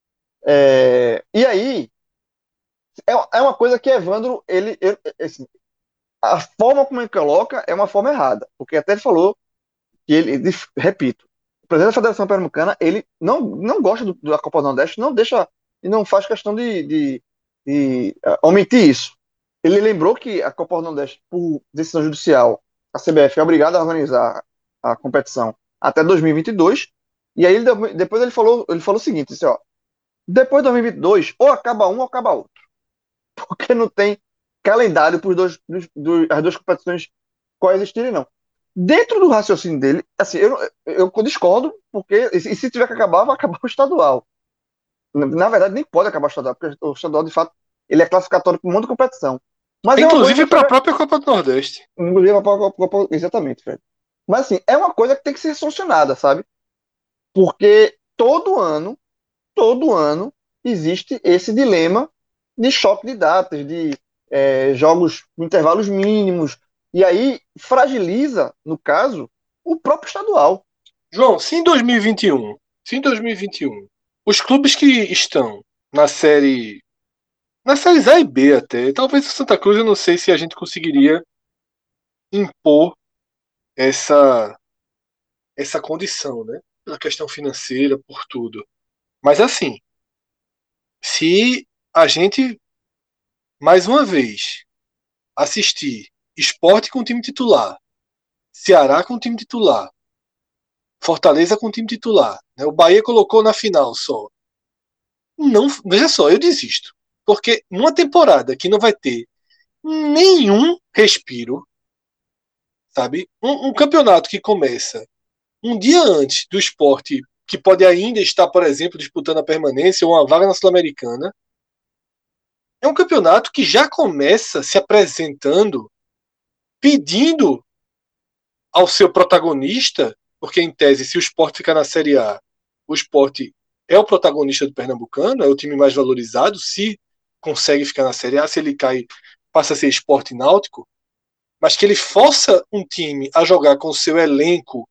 É, e aí, é, é uma coisa que Evandro, ele, ele assim, a forma como ele coloca é uma forma errada, porque até ele falou que ele, ele repito, o presidente da Federação Pernambucana, ele não, não gosta do, da Copa do Nordeste, não deixa e não faz questão de, de, de uh, omitir isso. Ele lembrou que a Copa do Nordeste, por decisão judicial, a C B F é obrigada a organizar a competição até dois mil e vinte e dois, e aí ele, depois ele falou, ele falou o seguinte, disse, ó, depois de dois mil e vinte e dois, ou acaba um ou acaba outro, porque não tem calendário para dois, dos, dos, as duas competições coexistirem, não. Dentro do raciocínio dele, assim, eu, eu discordo, porque e se tiver que acabar, vai acabar o estadual. Na verdade, nem pode acabar o estadual, porque o estadual, de fato, ele é classificatório para um monte de competição. Mas inclusive é para a própria Copa do Nordeste. Inclusive para a Copa, exatamente, Fred. Mas assim, é uma coisa que tem que ser solucionada, sabe? Porque todo ano, todo ano, existe esse dilema de choque de datas, de é, jogos com intervalos mínimos, e aí fragiliza, no caso, o próprio estadual. João, se em dois mil e vinte e um, se em dois mil e vinte e um, os clubes que estão na série na série A e B até, talvez o Santa Cruz, eu não sei se a gente conseguiria impor essa essa condição, né? Pela questão financeira, por tudo. Mas assim, se a gente mais uma vez assistir Sport com time titular, Ceará com time titular, Fortaleza com time titular, né? O Bahia colocou na final só. Não, veja só, eu desisto. Porque numa temporada que não vai ter nenhum respiro, sabe? Um, um campeonato que começa um dia antes do esporte, que pode ainda estar, por exemplo, disputando a permanência ou uma vaga na Sul-Americana, é um campeonato que já começa se apresentando, pedindo ao seu protagonista, porque em tese, se o esporte ficar na Série A, o esporte é o protagonista do Pernambucano, é o time mais valorizado, se consegue ficar na Série A, se ele cai, passa a ser Esporte Náutico, mas que ele força um time a jogar com o seu elenco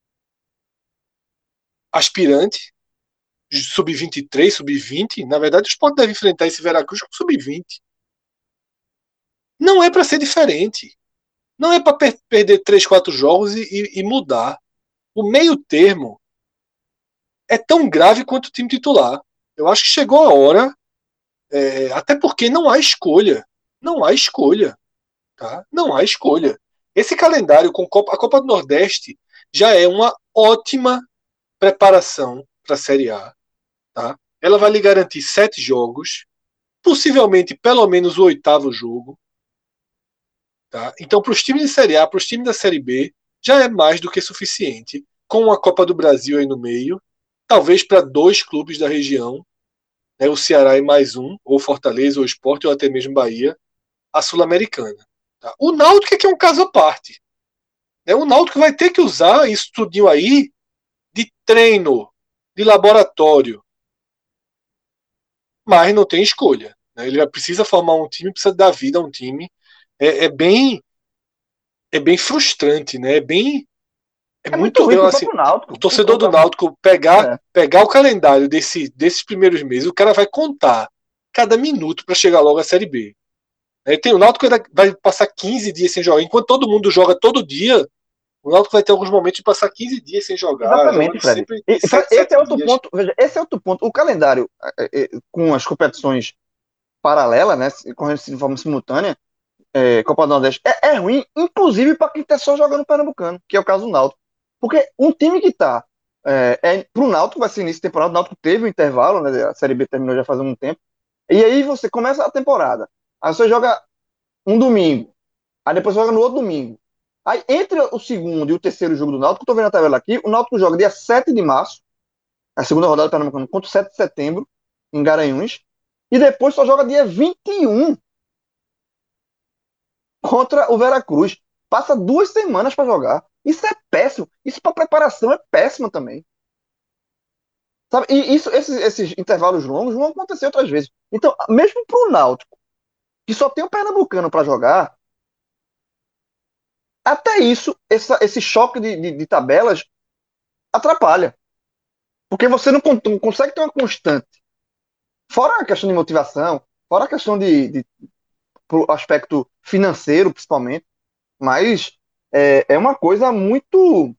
aspirante, sub vinte e três, sub vinte, na verdade o Sport deve enfrentar esse Veracruz com sub vinte. Não é para ser diferente. Não é para per perder três, quatro jogos e, e, e mudar. O meio termo é tão grave quanto o time titular. Eu acho que chegou a hora, é, até porque não há escolha. Não há escolha. Tá? Não há escolha. Esse calendário com Copa, a Copa do Nordeste já é uma ótima preparação para a Série A. Tá? Ela vai lhe garantir sete jogos, possivelmente pelo menos o oitavo jogo. Tá? Então, para os times de Série A, para os times da Série B, já é mais do que suficiente, com a Copa do Brasil aí no meio, talvez para dois clubes da região, né, o Ceará e mais um, ou Fortaleza, ou Sport, ou até mesmo Bahia, a Sul-Americana. Tá? O Náutico é que é um caso à parte. Né? O Náutico vai ter que usar isso tudinho aí de treino, de laboratório, mas não tem escolha. Né? Ele precisa formar um time, precisa dar vida a um time, é, é bem é bem frustrante, né? É bem é, É muito muito ruim eu, pro assim, próprio Náutico. o torcedor do O- Náutico pegar É. pegar o calendário desse, desses primeiros meses, o cara vai contar cada minuto para chegar logo à Série B. Aí tem o Náutico ainda vai passar quinze dias sem jogar, enquanto todo mundo joga todo dia. O Náutico vai ter alguns momentos de passar quinze dias sem jogar, Exatamente, jogando Fred. sempre E, de e, Fred, sete, esse é sete outro dias. ponto. Veja, esse é outro ponto. O calendário é, é, com as competições paralelas, né, correndo de forma simultânea, é, Copa do Nordeste, é, é ruim, inclusive para quem está só jogando Pernambucano, que é o caso do Náutico. Porque um time que está é, é, para o Náutico, vai ser início de temporada, o Náutico teve um intervalo, né, a Série B terminou já faz um tempo, e aí você começa a temporada, aí você joga um domingo, aí depois você joga no outro domingo. Aí entre o segundo e o terceiro jogo do Náutico, eu tô vendo a tabela aqui, o Náutico joga dia sete de março, a segunda rodada do Pernambucano, contra o sete de setembro, em Garanhuns, e depois só joga dia vinte e um contra o Veracruz. Passa duas semanas para jogar. Isso é péssimo. Isso para preparação é péssimo também. Sabe? E isso, esses, esses intervalos longos vão acontecer outras vezes. Então, mesmo para o Náutico, que só tem o Pernambucano para jogar, até isso, essa, esse choque de, de, de tabelas atrapalha. Porque você não, con- não consegue ter uma constante. Fora a questão de motivação, fora a questão de, de pro aspecto financeiro, principalmente, mas é, é uma coisa muito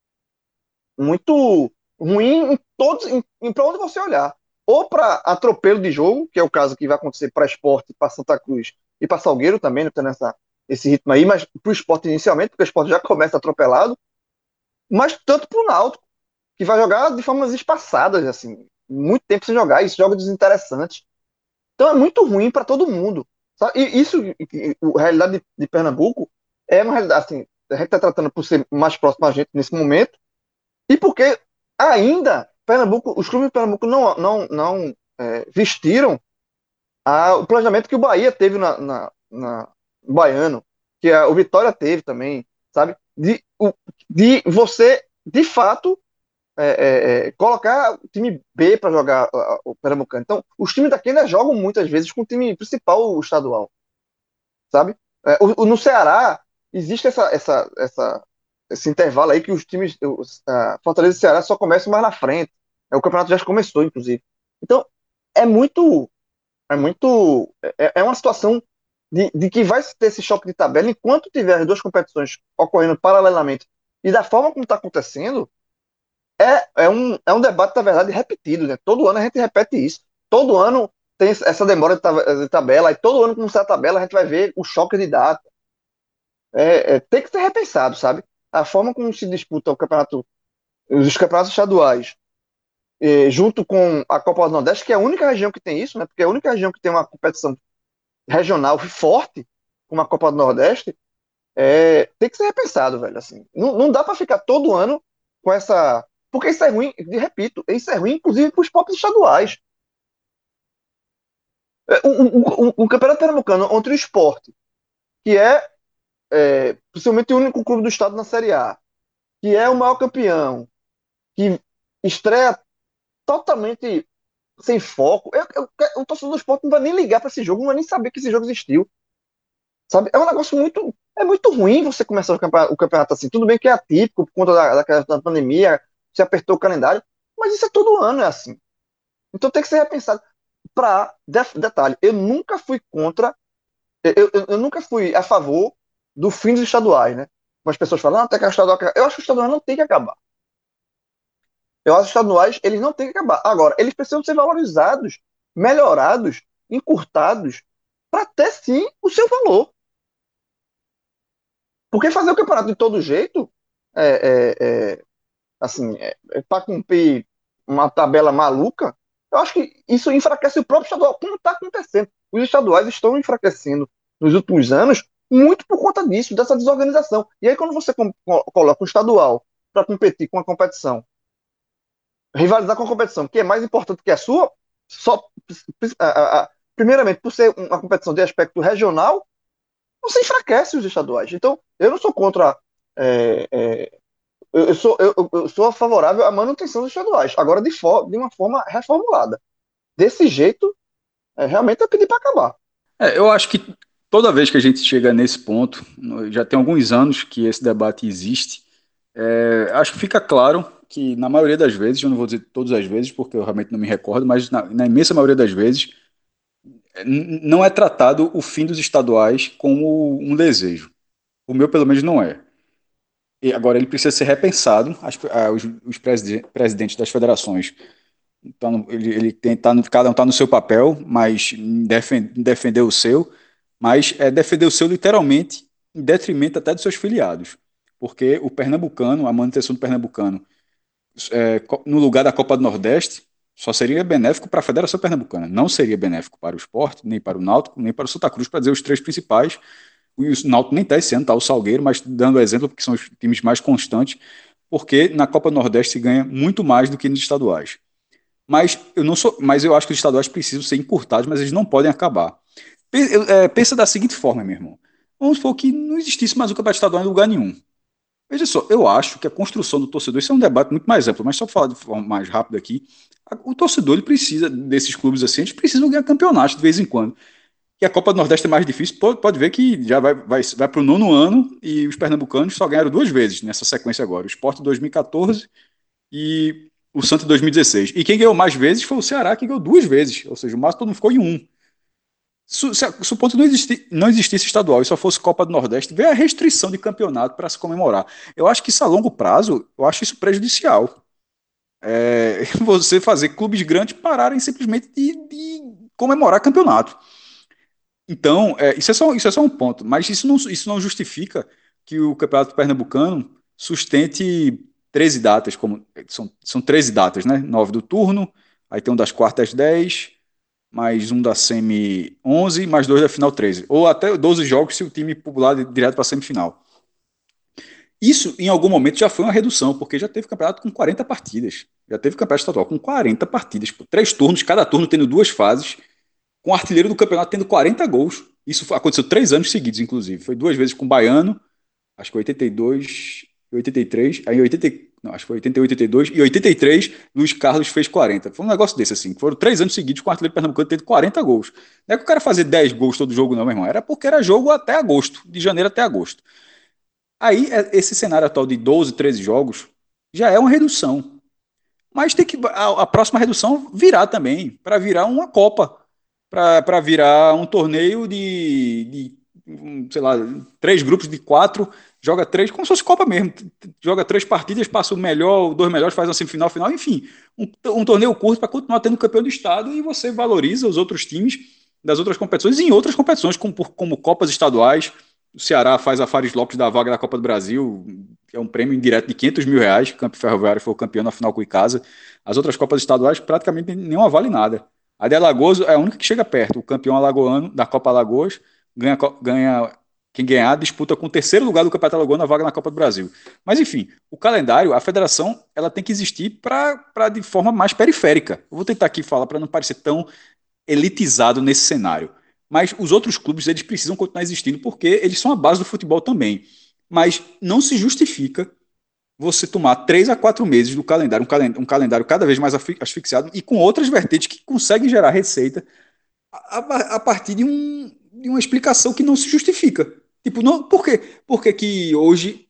muito ruim em todos, em, em para onde você olhar. Ou para atropelo de jogo, que é o caso que vai acontecer para Sport, para Santa Cruz e para Salgueiro também, não tem nessa, esse ritmo aí, mas para o Sport inicialmente, porque o Sport já começa atropelado, mas tanto para o Náutico, que vai jogar de formas espaçadas, assim, muito tempo sem jogar, isso joga desinteressante. Então é muito ruim para todo mundo. Sabe? E isso, a realidade de, de Pernambuco, é uma realidade, assim, a gente está tratando por ser mais próximo a gente nesse momento, e porque ainda Pernambuco, os clubes de Pernambuco não, não, não é, vestiram a, o planejamento que o Bahia teve na, na, na no Baiano, que a, o Vitória teve também, sabe? De, o, de você, de fato, é, é, é, colocar o time B para jogar a, o Pernambucano. Então, os times daqui ainda jogam muitas vezes com o time principal, o estadual, sabe? É, o, o- no Ceará, existe essa, essa, essa, esse intervalo aí que os times, os, a Fortaleza e Ceará só começam mais na frente. É, o campeonato já começou, inclusive. Então, é muito, é muito, é, é uma situação de, de que vai ter esse choque de tabela enquanto tiver as duas competições ocorrendo paralelamente e da forma como está acontecendo, é, é, um, é um debate, na verdade, repetido, né? Todo ano a gente repete isso. Todo ano tem essa demora de, tab- de tabela, e todo ano, como sai a tabela, a gente vai ver o choque de data. É, é, tem que ser repensado, sabe? A forma como se disputa o campeonato, os campeonatos estaduais, eh, junto com a Copa do Nordeste, que é a única região que tem isso, né? Porque é a única região que tem uma competição regional forte, como a Copa do Nordeste, é, tem que ser repensado, velho. Assim, não, não dá para ficar todo ano com essa. Porque isso é ruim, e repito, isso é ruim, inclusive, para os próprios estaduais. É, O, o, o, o Campeonato Pernambucano, entre o esporte, que é, é possivelmente o único clube do estado na Série A, que é o maior campeão, que estreia totalmente sem foco. Eu, eu, o torcedor do esporte não vai nem ligar para esse jogo, não vai nem saber que esse jogo existiu. Sabe? É um negócio muito. É muito ruim você começar o campeonato, o campeonato assim. Tudo bem que é atípico por conta da, da, da pandemia, se apertou o calendário, mas isso é todo ano, é assim. Então tem que ser repensado. Para detalhe, eu nunca fui contra, eu, eu, eu nunca fui a favor do fim dos estaduais, né? As pessoas falam, ah, tem que o estadual. Eu acho que os estaduais não tem que acabar. Eu acho que os estaduais, eles não têm que acabar. Agora, eles precisam ser valorizados, melhorados, encurtados, para ter sim o seu valor. Porque fazer o campeonato de todo jeito, é, é, é, assim, é, é para cumprir uma tabela maluca, eu acho que isso enfraquece o próprio estadual, como está acontecendo. Os estaduais estão enfraquecendo nos últimos anos muito por conta disso, dessa desorganização. E aí, quando você com- coloca o estadual para competir com a competição, rivalizar com a competição, que é mais importante que a sua, só a- a- a- primeiramente por ser uma competição de aspecto regional, você enfraquece os estaduais. Então, eu não sou contra. é, é, eu, eu sou, eu, eu sou favorável à manutenção dos estaduais, agora de, for, de uma forma reformulada. Desse jeito, é, realmente é pedir para acabar. É, eu acho que toda vez que a gente chega nesse ponto, já tem alguns anos que esse debate existe, é, acho que fica claro que na maioria das vezes, eu não vou dizer todas as vezes, porque eu realmente não me recordo, mas na, na imensa maioria das vezes, n- não é tratado o fim dos estaduais como um desejo. O meu, pelo menos, não é. E agora ele precisa ser repensado. As- ah, os os preside- presidentes das federações, tá no- ele, ele tem, tá no- cada um está no seu papel, mas em defen- em defender o seu, mas é defender o seu literalmente em detrimento até dos seus filiados. Porque o pernambucano, a manutenção do pernambucano, é, co- no lugar da Copa do Nordeste, só seria benéfico para a Federação Pernambucana. Não seria benéfico para o Sport, nem para o Náutico, nem para o Santa Cruz, para dizer os três principais. O Náutico nem está esse ano, está o Salgueiro, mas dando exemplo, porque são os times mais constantes, porque na Copa do Nordeste se ganha muito mais do que nos estaduais. Mas eu não sou, mas eu acho que os estaduais precisam ser encurtados, mas eles não podem acabar. Pe- eu- é, Pensa da seguinte forma, meu irmão. Vamos supor que não existisse mais o campeonato estadual em lugar nenhum. Veja só, eu acho que a construção do torcedor, isso é um debate muito mais amplo, mas só para falar de forma mais rápida aqui, a- o torcedor ele precisa desses clubes assim, eles precisam ganhar campeonatos de vez em quando. Que a Copa do Nordeste é mais difícil, pode, pode ver que já vai, vai, vai para o nono ano e os pernambucanos só ganharam duas vezes nessa sequência agora. O Sport em dois mil e quatorze e o Santos em dois mil e dezesseis. E quem ganhou mais vezes foi o Ceará, que ganhou duas vezes. Ou seja, o máximo todo mundo ficou em um. Su- Se, se o ponto não, existi, não existisse estadual e só fosse Copa do Nordeste, vê a restrição de campeonato para se comemorar. Eu acho que isso a longo prazo, eu acho isso prejudicial. É, você fazer clubes grandes pararem simplesmente de, de comemorar campeonato. Então, é, isso, é só, isso é só um ponto, mas isso não, isso não justifica que o Campeonato Pernambucano sustente treze datas, como são, são treze datas, né? Nove do turno, aí tem um das quartas dez, mais um da semi onze, mais dois da final treze. Ou até doze jogos se o time pular de- direto para a semifinal. Isso, em algum momento, já foi uma redução, porque já teve campeonato com quarenta partidas. Já teve campeonato estadual com quarenta partidas, pô, três turnos, cada turno tendo duas fases, com o artilheiro do campeonato tendo quarenta gols. Isso foi- aconteceu três anos seguidos, inclusive. Foi duas vezes com o Baiano, acho que oitenta e dois, oitenta e três, aí oitenta, não, acho que foi oitenta e oito, oitenta e dois, e oitenta e três, Luiz Carlos fez quarenta. Foi um negócio desse, assim. Foram três anos seguidos com o artilheiro pernambucano tendo quarenta gols. Não é que o cara fazer dez gols todo jogo, não, meu irmão. Era porque era jogo até agosto, de janeiro até agosto. Aí, é- esse cenário atual de doze, treze jogos já é uma redução. Mas tem que a, a próxima redução virá também, para virar uma Copa, para virar um torneio de, de, um, sei lá, três grupos de quatro, joga três, como se fosse Copa mesmo, joga três partidas, passa o melhor, os dois melhores, faz uma semifinal, final, enfim, um, um torneio curto para continuar tendo campeão do estado e você valoriza os outros times das outras competições e em outras competições, como, como Copas estaduais. O Ceará faz a Fares Lopes da vaga da Copa do Brasil, é um prêmio indireto de quinhentos mil reais. O Campo Ferroviário foi o campeão na final com o Icasa. As outras Copas estaduais praticamente nenhuma vale nada. A de Alagoas é a única que chega perto. O campeão alagoano da Copa Alagoas ganha, ganha quem ganhar disputa com o terceiro lugar do Campeonato Alagoano a vaga na Copa do Brasil. Mas enfim, o calendário, a federação, ela tem que existir para de forma mais periférica. Eu vou tentar aqui falar para não parecer tão elitizado nesse cenário. Mas os outros clubes eles precisam continuar existindo porque eles são a base do futebol também. Mas não se justifica você tomar três a quatro meses do calendário, um calendário, um calendário cada vez mais asfixiado e com outras vertentes que conseguem gerar receita a, a, a partir de, um, de uma explicação que não se justifica. Tipo, não, por quê? Porque que hoje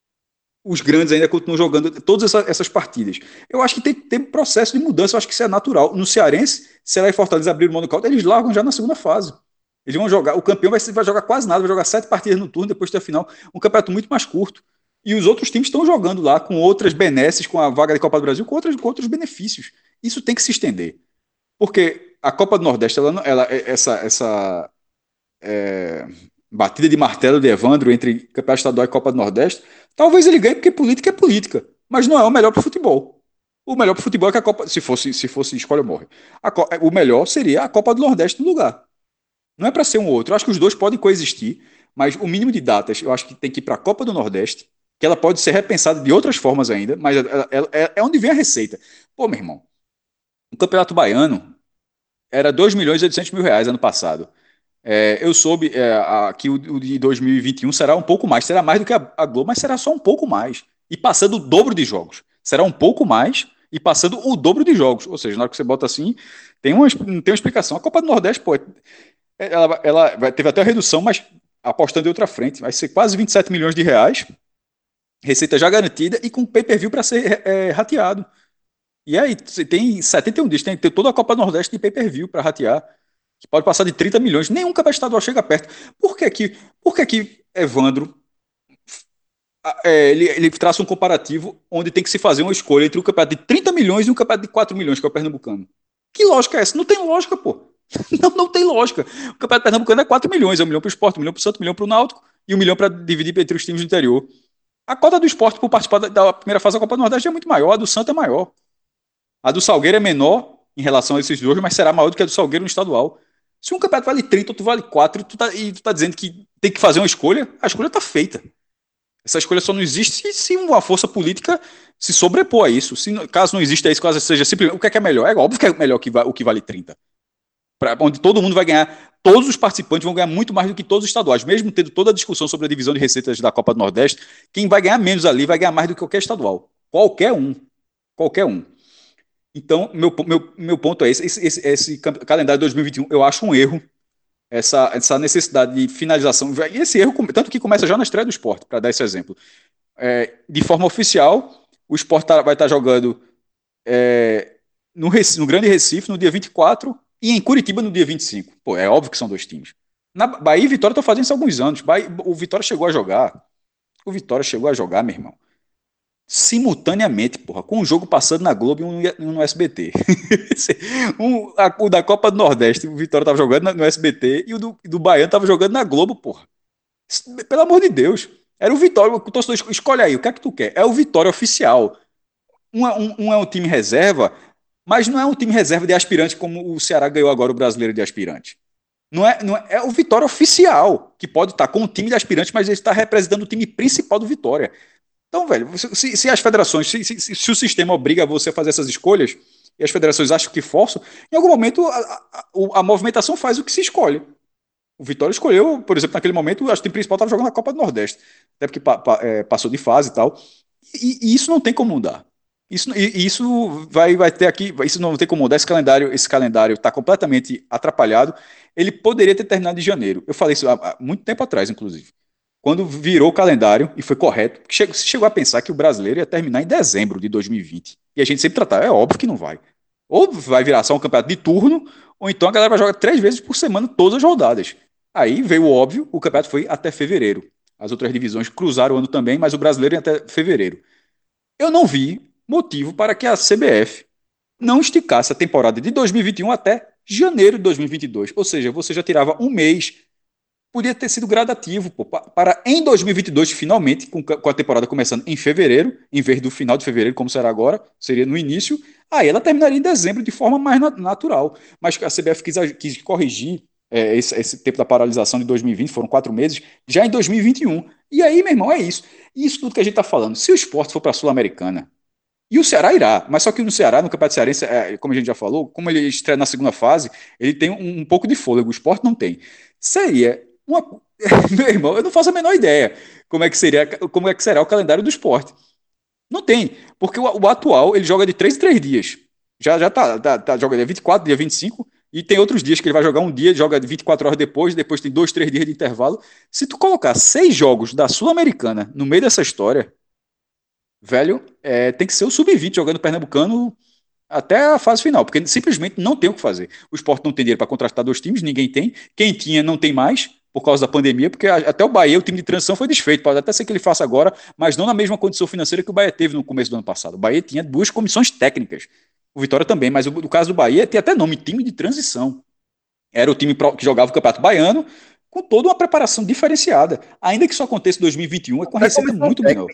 os grandes ainda continuam jogando todas essa, essas partidas. Eu acho que tem, tem processo de mudança, eu acho que isso é natural. No Cearense, Ceará e Fortaleza abriram o monocaulo, eles largam já na segunda fase. Eles vão jogar, o campeão vai, vai jogar quase nada, vai jogar sete partidas no turno, depois ter a final, um campeonato muito mais curto. E os outros times estão jogando lá com outras benesses, com a vaga de Copa do Brasil, com, outras, com outros benefícios. Isso tem que se estender. Porque a Copa do Nordeste, ela, ela, essa, essa é, batida de martelo de Evandro entre Campeonato Estadual e Copa do Nordeste, talvez ele ganhe porque política é política, mas não é o melhor para o futebol. O melhor para o futebol é que a Copa, se fosse, se fosse escolha ou morre. A, o melhor seria a Copa do Nordeste no lugar. Não é para ser um ou outro. Eu acho que os dois podem coexistir, mas o mínimo de datas eu acho que tem que ir para a Copa do Nordeste, que ela pode ser repensada de outras formas ainda, mas ela, ela, é, é onde vem a receita. Pô, meu irmão, o Campeonato Baiano era dois milhões e oitocentos mil reais ano passado. É, eu soube é, a, que o, o de dois mil e vinte e um será um pouco mais, será mais do que a, a Globo, mas será só um pouco mais. E passando o dobro de jogos. Será um pouco mais e passando o dobro de jogos. Ou seja, na hora que você bota assim, tem uma, tem uma explicação. A Copa do Nordeste, pô, é, ela, ela vai, teve até a redução, mas apostando em outra frente, vai ser quase vinte e sete milhões de reais, receita já garantida e com pay-per-view para ser é, rateado. E aí, você tem setenta e um dias, tem que ter toda a Copa do Nordeste de pay-per-view para ratear, que pode passar de trinta milhões, nenhum campeonato estadual chega perto. Por que que, por que, que Evandro é, ele, ele traça um comparativo onde tem que se fazer uma escolha entre um campeonato de trinta milhões e um campeonato de quatro milhões, que é o Pernambucano? Que lógica é essa? Não tem lógica, pô. Não, não tem lógica. O campeonato pernambucano é quatro milhões, é um milhão para o Sport, um milhão para o Santo, um milhão para o Náutico e um milhão para dividir entre os times do interior. A cota do Sport por participar da, da primeira fase da Copa do Nordeste é muito maior, a do Santo é maior. A do Salgueiro é menor em relação a esses dois, mas será maior do que a do Salgueiro no estadual. Se um campeonato vale trinta, outro vale quatro, tu tá, e tu tá dizendo que tem que fazer uma escolha, a escolha tá feita. Essa escolha só não existe se uma força política se sobrepor a isso. Se, caso não exista isso, caso seja simplesmente o que é, que é melhor. É óbvio que é melhor que o que vale trinta. Pra, onde todo mundo vai ganhar, todos os participantes vão ganhar muito mais do que todos os estaduais. Mesmo tendo toda a discussão sobre a divisão de receitas da Copa do Nordeste, quem vai ganhar menos ali vai ganhar mais do que qualquer estadual. Qualquer um. Qualquer um. Então, meu, meu, meu ponto é esse. Esse, esse, esse calendário de dois mil e vinte e um, eu acho um erro. Essa, essa necessidade de finalização. E esse erro, tanto que começa já na estreia do Sport, para dar esse exemplo. É, de forma oficial, o Sport tá, vai estar tá jogando é, no, Recife, no Grande Recife no dia vinte e quatro e em Curitiba no dia vinte e cinco. Pô, é óbvio que são dois times. Na Bahia e Vitória estão fazendo isso há alguns anos. Bahia, o Vitória chegou a jogar. O Vitória chegou a jogar, meu irmão, simultaneamente, porra, com um jogo passando na Globo e um no S B T. um, a, o da Copa do Nordeste, o Vitória tava jogando no S B T e o do, do Baiano tava jogando na Globo, porra. Pelo amor de Deus. Era o Vitória, o torcedor escolhe aí, o que é que tu quer? É o Vitória oficial. Um, um, um é um time reserva, mas não é um time reserva de aspirante como o Ceará ganhou agora o Brasileiro de aspirante. Não é, não é, é o Vitória oficial, que pode estar com o time de aspirante, mas ele está representando o time principal do Vitória. Então, velho, se, se as federações, se, se, se o sistema obriga você a fazer essas escolhas, e as federações acham que forçam, em algum momento a, a, a movimentação faz o que se escolhe. O Vitória escolheu, por exemplo, naquele momento, acho que o time principal estava jogando na Copa do Nordeste, até porque pa, pa, é, passou de fase e tal. E, e isso não tem como mudar. Isso, e, isso vai, vai ter aqui, isso não tem como mudar. Esse calendário esse calendário está completamente atrapalhado. Ele poderia ter terminado em janeiro. Eu falei isso há, há muito tempo atrás, inclusive. Quando virou o calendário, e foi correto, chegou, se chegou a pensar que o brasileiro ia terminar em dezembro de dois mil e vinte. E a gente sempre tratava, é óbvio que não vai. Ou vai virar só um campeonato de turno, ou então a galera vai jogar três vezes por semana todas as rodadas. Aí veio o óbvio, o campeonato foi até fevereiro. As outras divisões cruzaram o ano também, mas o brasileiro ia até fevereiro. Eu não vi motivo para que a C B F não esticasse a temporada de dois mil e vinte e um até janeiro de dois mil e vinte e dois. Ou seja, você já tirava um mês. Podia ter sido gradativo, pô, para em dois mil e vinte e dois, finalmente, com, com a temporada começando em fevereiro, em vez do final de fevereiro, como será agora, seria no início, aí ela terminaria em dezembro de forma mais natural. Mas a C B F quis, quis corrigir é, esse, esse tempo da paralisação de dois mil e vinte, foram quatro meses, já em dois mil e vinte e um. E aí, meu irmão, é isso. Isso tudo que a gente está falando. Se o Sport for para a Sul-Americana, e o Ceará irá, mas só que no Ceará, no Campeonato Cearense, é, como a gente já falou, como ele estreia na segunda fase, ele tem um, um pouco de fôlego, o Sport não tem. Seria uma... Meu irmão, eu não faço a menor ideia como é que seria, como é que será o calendário do Sport. Não tem, porque o, o atual ele joga de três em três dias. Já, já tá, tá, tá joga dia vinte e quatro, dia vinte e cinco, e tem outros dias que ele vai jogar um dia, joga vinte e quatro horas depois, depois tem dois, três dias de intervalo. Se tu colocar seis jogos da Sul-Americana no meio dessa história, velho, é, tem que ser o sub vinte jogando Pernambucano até a fase final, porque simplesmente não tem o que fazer. O Sport não tem dinheiro para contratar dois times, ninguém tem. Quem tinha não tem mais, por causa da pandemia, porque até o Bahia, o time de transição foi desfeito, pode até ser que ele faça agora, mas não na mesma condição financeira que o Bahia teve no começo do ano passado. O Bahia tinha duas comissões técnicas, o Vitória também, mas no caso do Bahia tem até nome, time de transição. Era o time que jogava o Campeonato Baiano, com toda uma preparação diferenciada, ainda que isso aconteça em dois mil e vinte e um, é com a receita muito menor.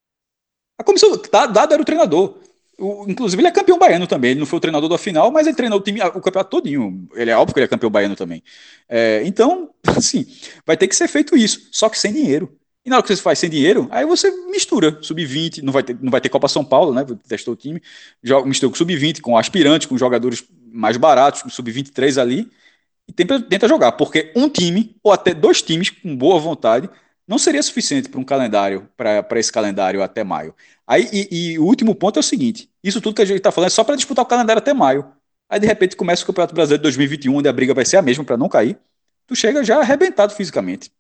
A comissão, dado era o treinador. O, inclusive, ele é campeão baiano também. Ele não foi o treinador da final, mas ele treinou o time, o campeonato todinho. Ele é óbvio que ele é campeão baiano também. É, então, assim, vai ter que ser feito isso, só que sem dinheiro. E na hora que você faz sem dinheiro, aí você mistura sub vinte, não vai ter, não vai ter Copa São Paulo, né? Testou o time, joga, mistura com sub vinte, com aspirantes, com jogadores mais baratos, com sub vinte e três ali, e tenta, tenta jogar, porque um time, ou até dois times com boa vontade, não seria suficiente para um calendário, para esse calendário até maio. Aí, e, e o último ponto é o seguinte: isso tudo que a gente está falando é só para disputar o calendário até maio. Aí, de repente, começa o Campeonato Brasileiro de dois mil e vinte e um, onde a briga vai ser a mesma para não cair. tu chega já arrebentado fisicamente.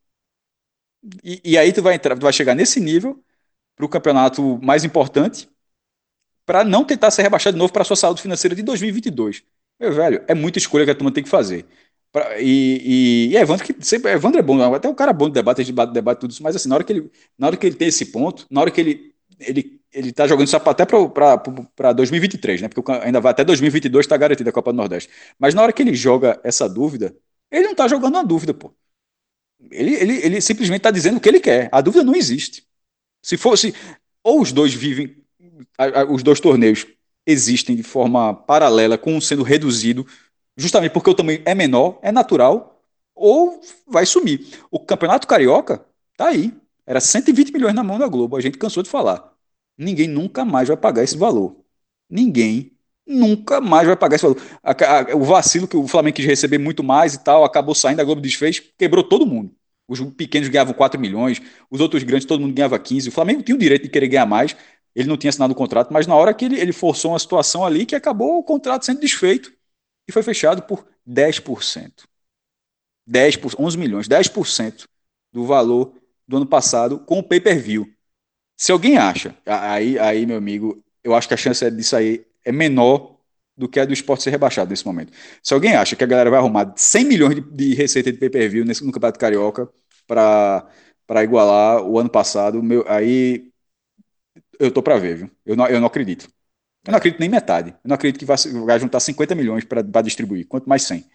E, e aí tu vai, entrar, tu vai chegar nesse nível para o campeonato mais importante para não tentar ser rebaixado de novo para a sua saúde financeira de dois mil e vinte e dois. Meu velho, é muita escolha que a turma tem que fazer. Pra, e, e, e Evandro, que sempre, Evandro é bom, até um cara bom de debate, a gente debate, debate tudo isso, mas assim, na hora que ele, na hora que ele tem esse ponto, na hora que ele, ele, ele tá jogando isso até para dois mil e vinte e três, né? Porque ainda vai até dois mil e vinte e dois, tá garantida a Copa do Nordeste. Mas na hora que ele joga essa dúvida, ele não tá jogando uma dúvida, pô. Ele, ele, ele simplesmente tá dizendo o que ele quer. A dúvida não existe. Se fosse, ou os dois vivem, os dois torneios existem de forma paralela, com um sendo reduzido, justamente porque o tamanho é menor, é natural, ou vai sumir. O Campeonato Carioca tá aí. Era cento e vinte milhões na mão da Globo, a gente cansou de falar. Ninguém nunca mais vai pagar esse valor. Ninguém nunca mais vai pagar esse valor. A, a, o vacilo que o Flamengo quis receber muito mais e tal, acabou saindo, a Globo desfez, quebrou todo mundo. Os pequenos ganhavam quatro milhões, os outros grandes todo mundo ganhava quinze. O Flamengo tinha o direito de querer ganhar mais, ele não tinha assinado o contrato, mas na hora que ele, ele forçou uma situação ali que acabou o contrato sendo desfeito e foi fechado por dez por cento. dez por cento, onze milhões, dez por cento do valor do ano passado com o pay-per-view. Se alguém acha, aí, aí, meu amigo, eu acho que a chance disso aí é menor do que a do esporte ser rebaixado nesse momento. Se alguém acha que a galera vai arrumar cem milhões de, de receita de pay-per-view nesse, no Campeonato Carioca para igualar o ano passado, meu, aí eu tô para ver, viu? Eu não, eu não acredito. Eu não acredito nem metade. Eu não acredito que vai, vai juntar cinquenta milhões para distribuir, quanto mais cem.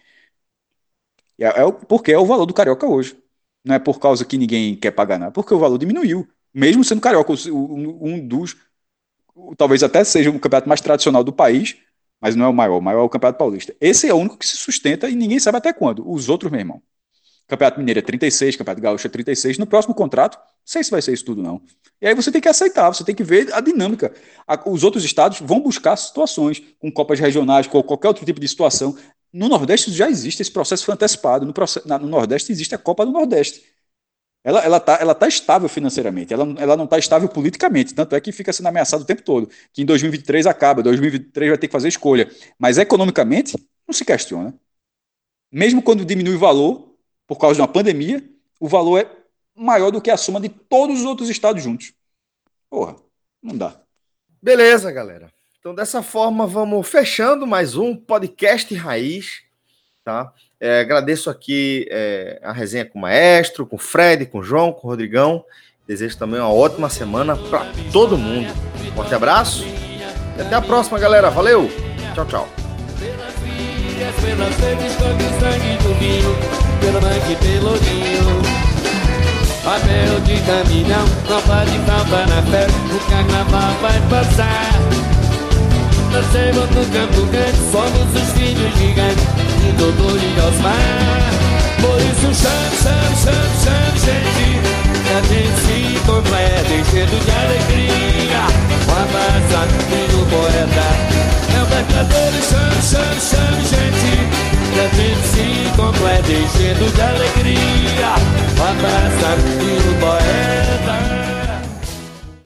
É, é porque é o valor do Carioca hoje. Não é por causa que ninguém quer pagar nada, porque o valor diminuiu. Mesmo sendo Carioca, um dos, talvez até seja o campeonato mais tradicional do país, mas não é o maior. O maior é o Campeonato Paulista. Esse é o único que se sustenta e ninguém sabe até quando. Os outros, meu irmão. Campeonato Mineiro é trinta e seis, Campeonato Gaúcho é trinta e seis. No próximo contrato, não sei se vai ser isso tudo, não. E aí você tem que aceitar, você tem que ver a dinâmica. Os outros estados vão buscar situações com copas regionais, com qualquer outro tipo de situação. No Nordeste já existe, esse processo foi antecipado. No, processo, no Nordeste existe a Copa do Nordeste. Ela, ela, tá, ela tá estável financeiramente, ela, ela não está estável politicamente, tanto é que fica sendo ameaçado o tempo todo, que em dois mil e vinte e três acaba, dois mil e vinte e três vai ter que fazer escolha, mas economicamente não se questiona. Mesmo quando diminui o valor, por causa de uma pandemia, o valor é maior do que a soma de todos os outros estados juntos. Porra, não dá. Beleza, galera. Então dessa forma vamos fechando mais um podcast Raiz, tá? É, agradeço aqui é, a resenha com o Maestro, com o Fred, com o João, com o Rodrigão. Desejo também uma ótima semana para todo mundo. Um forte abraço e até a próxima, galera. Valeu! Tchau, tchau. Papel de caminhão, tropa de falta na fé, o carnaval vai passar. Nascemos no Campo Grande, somos os filhos gigantes de Doutor e Osmar. Por isso chame, chame, chame, chame, gente, que a gente se completa, enchendo de alegria. Com a massa e o poeta é o verdadeiro. Chame, chame, chame, gente, que a gente se completa, enchendo de alegria.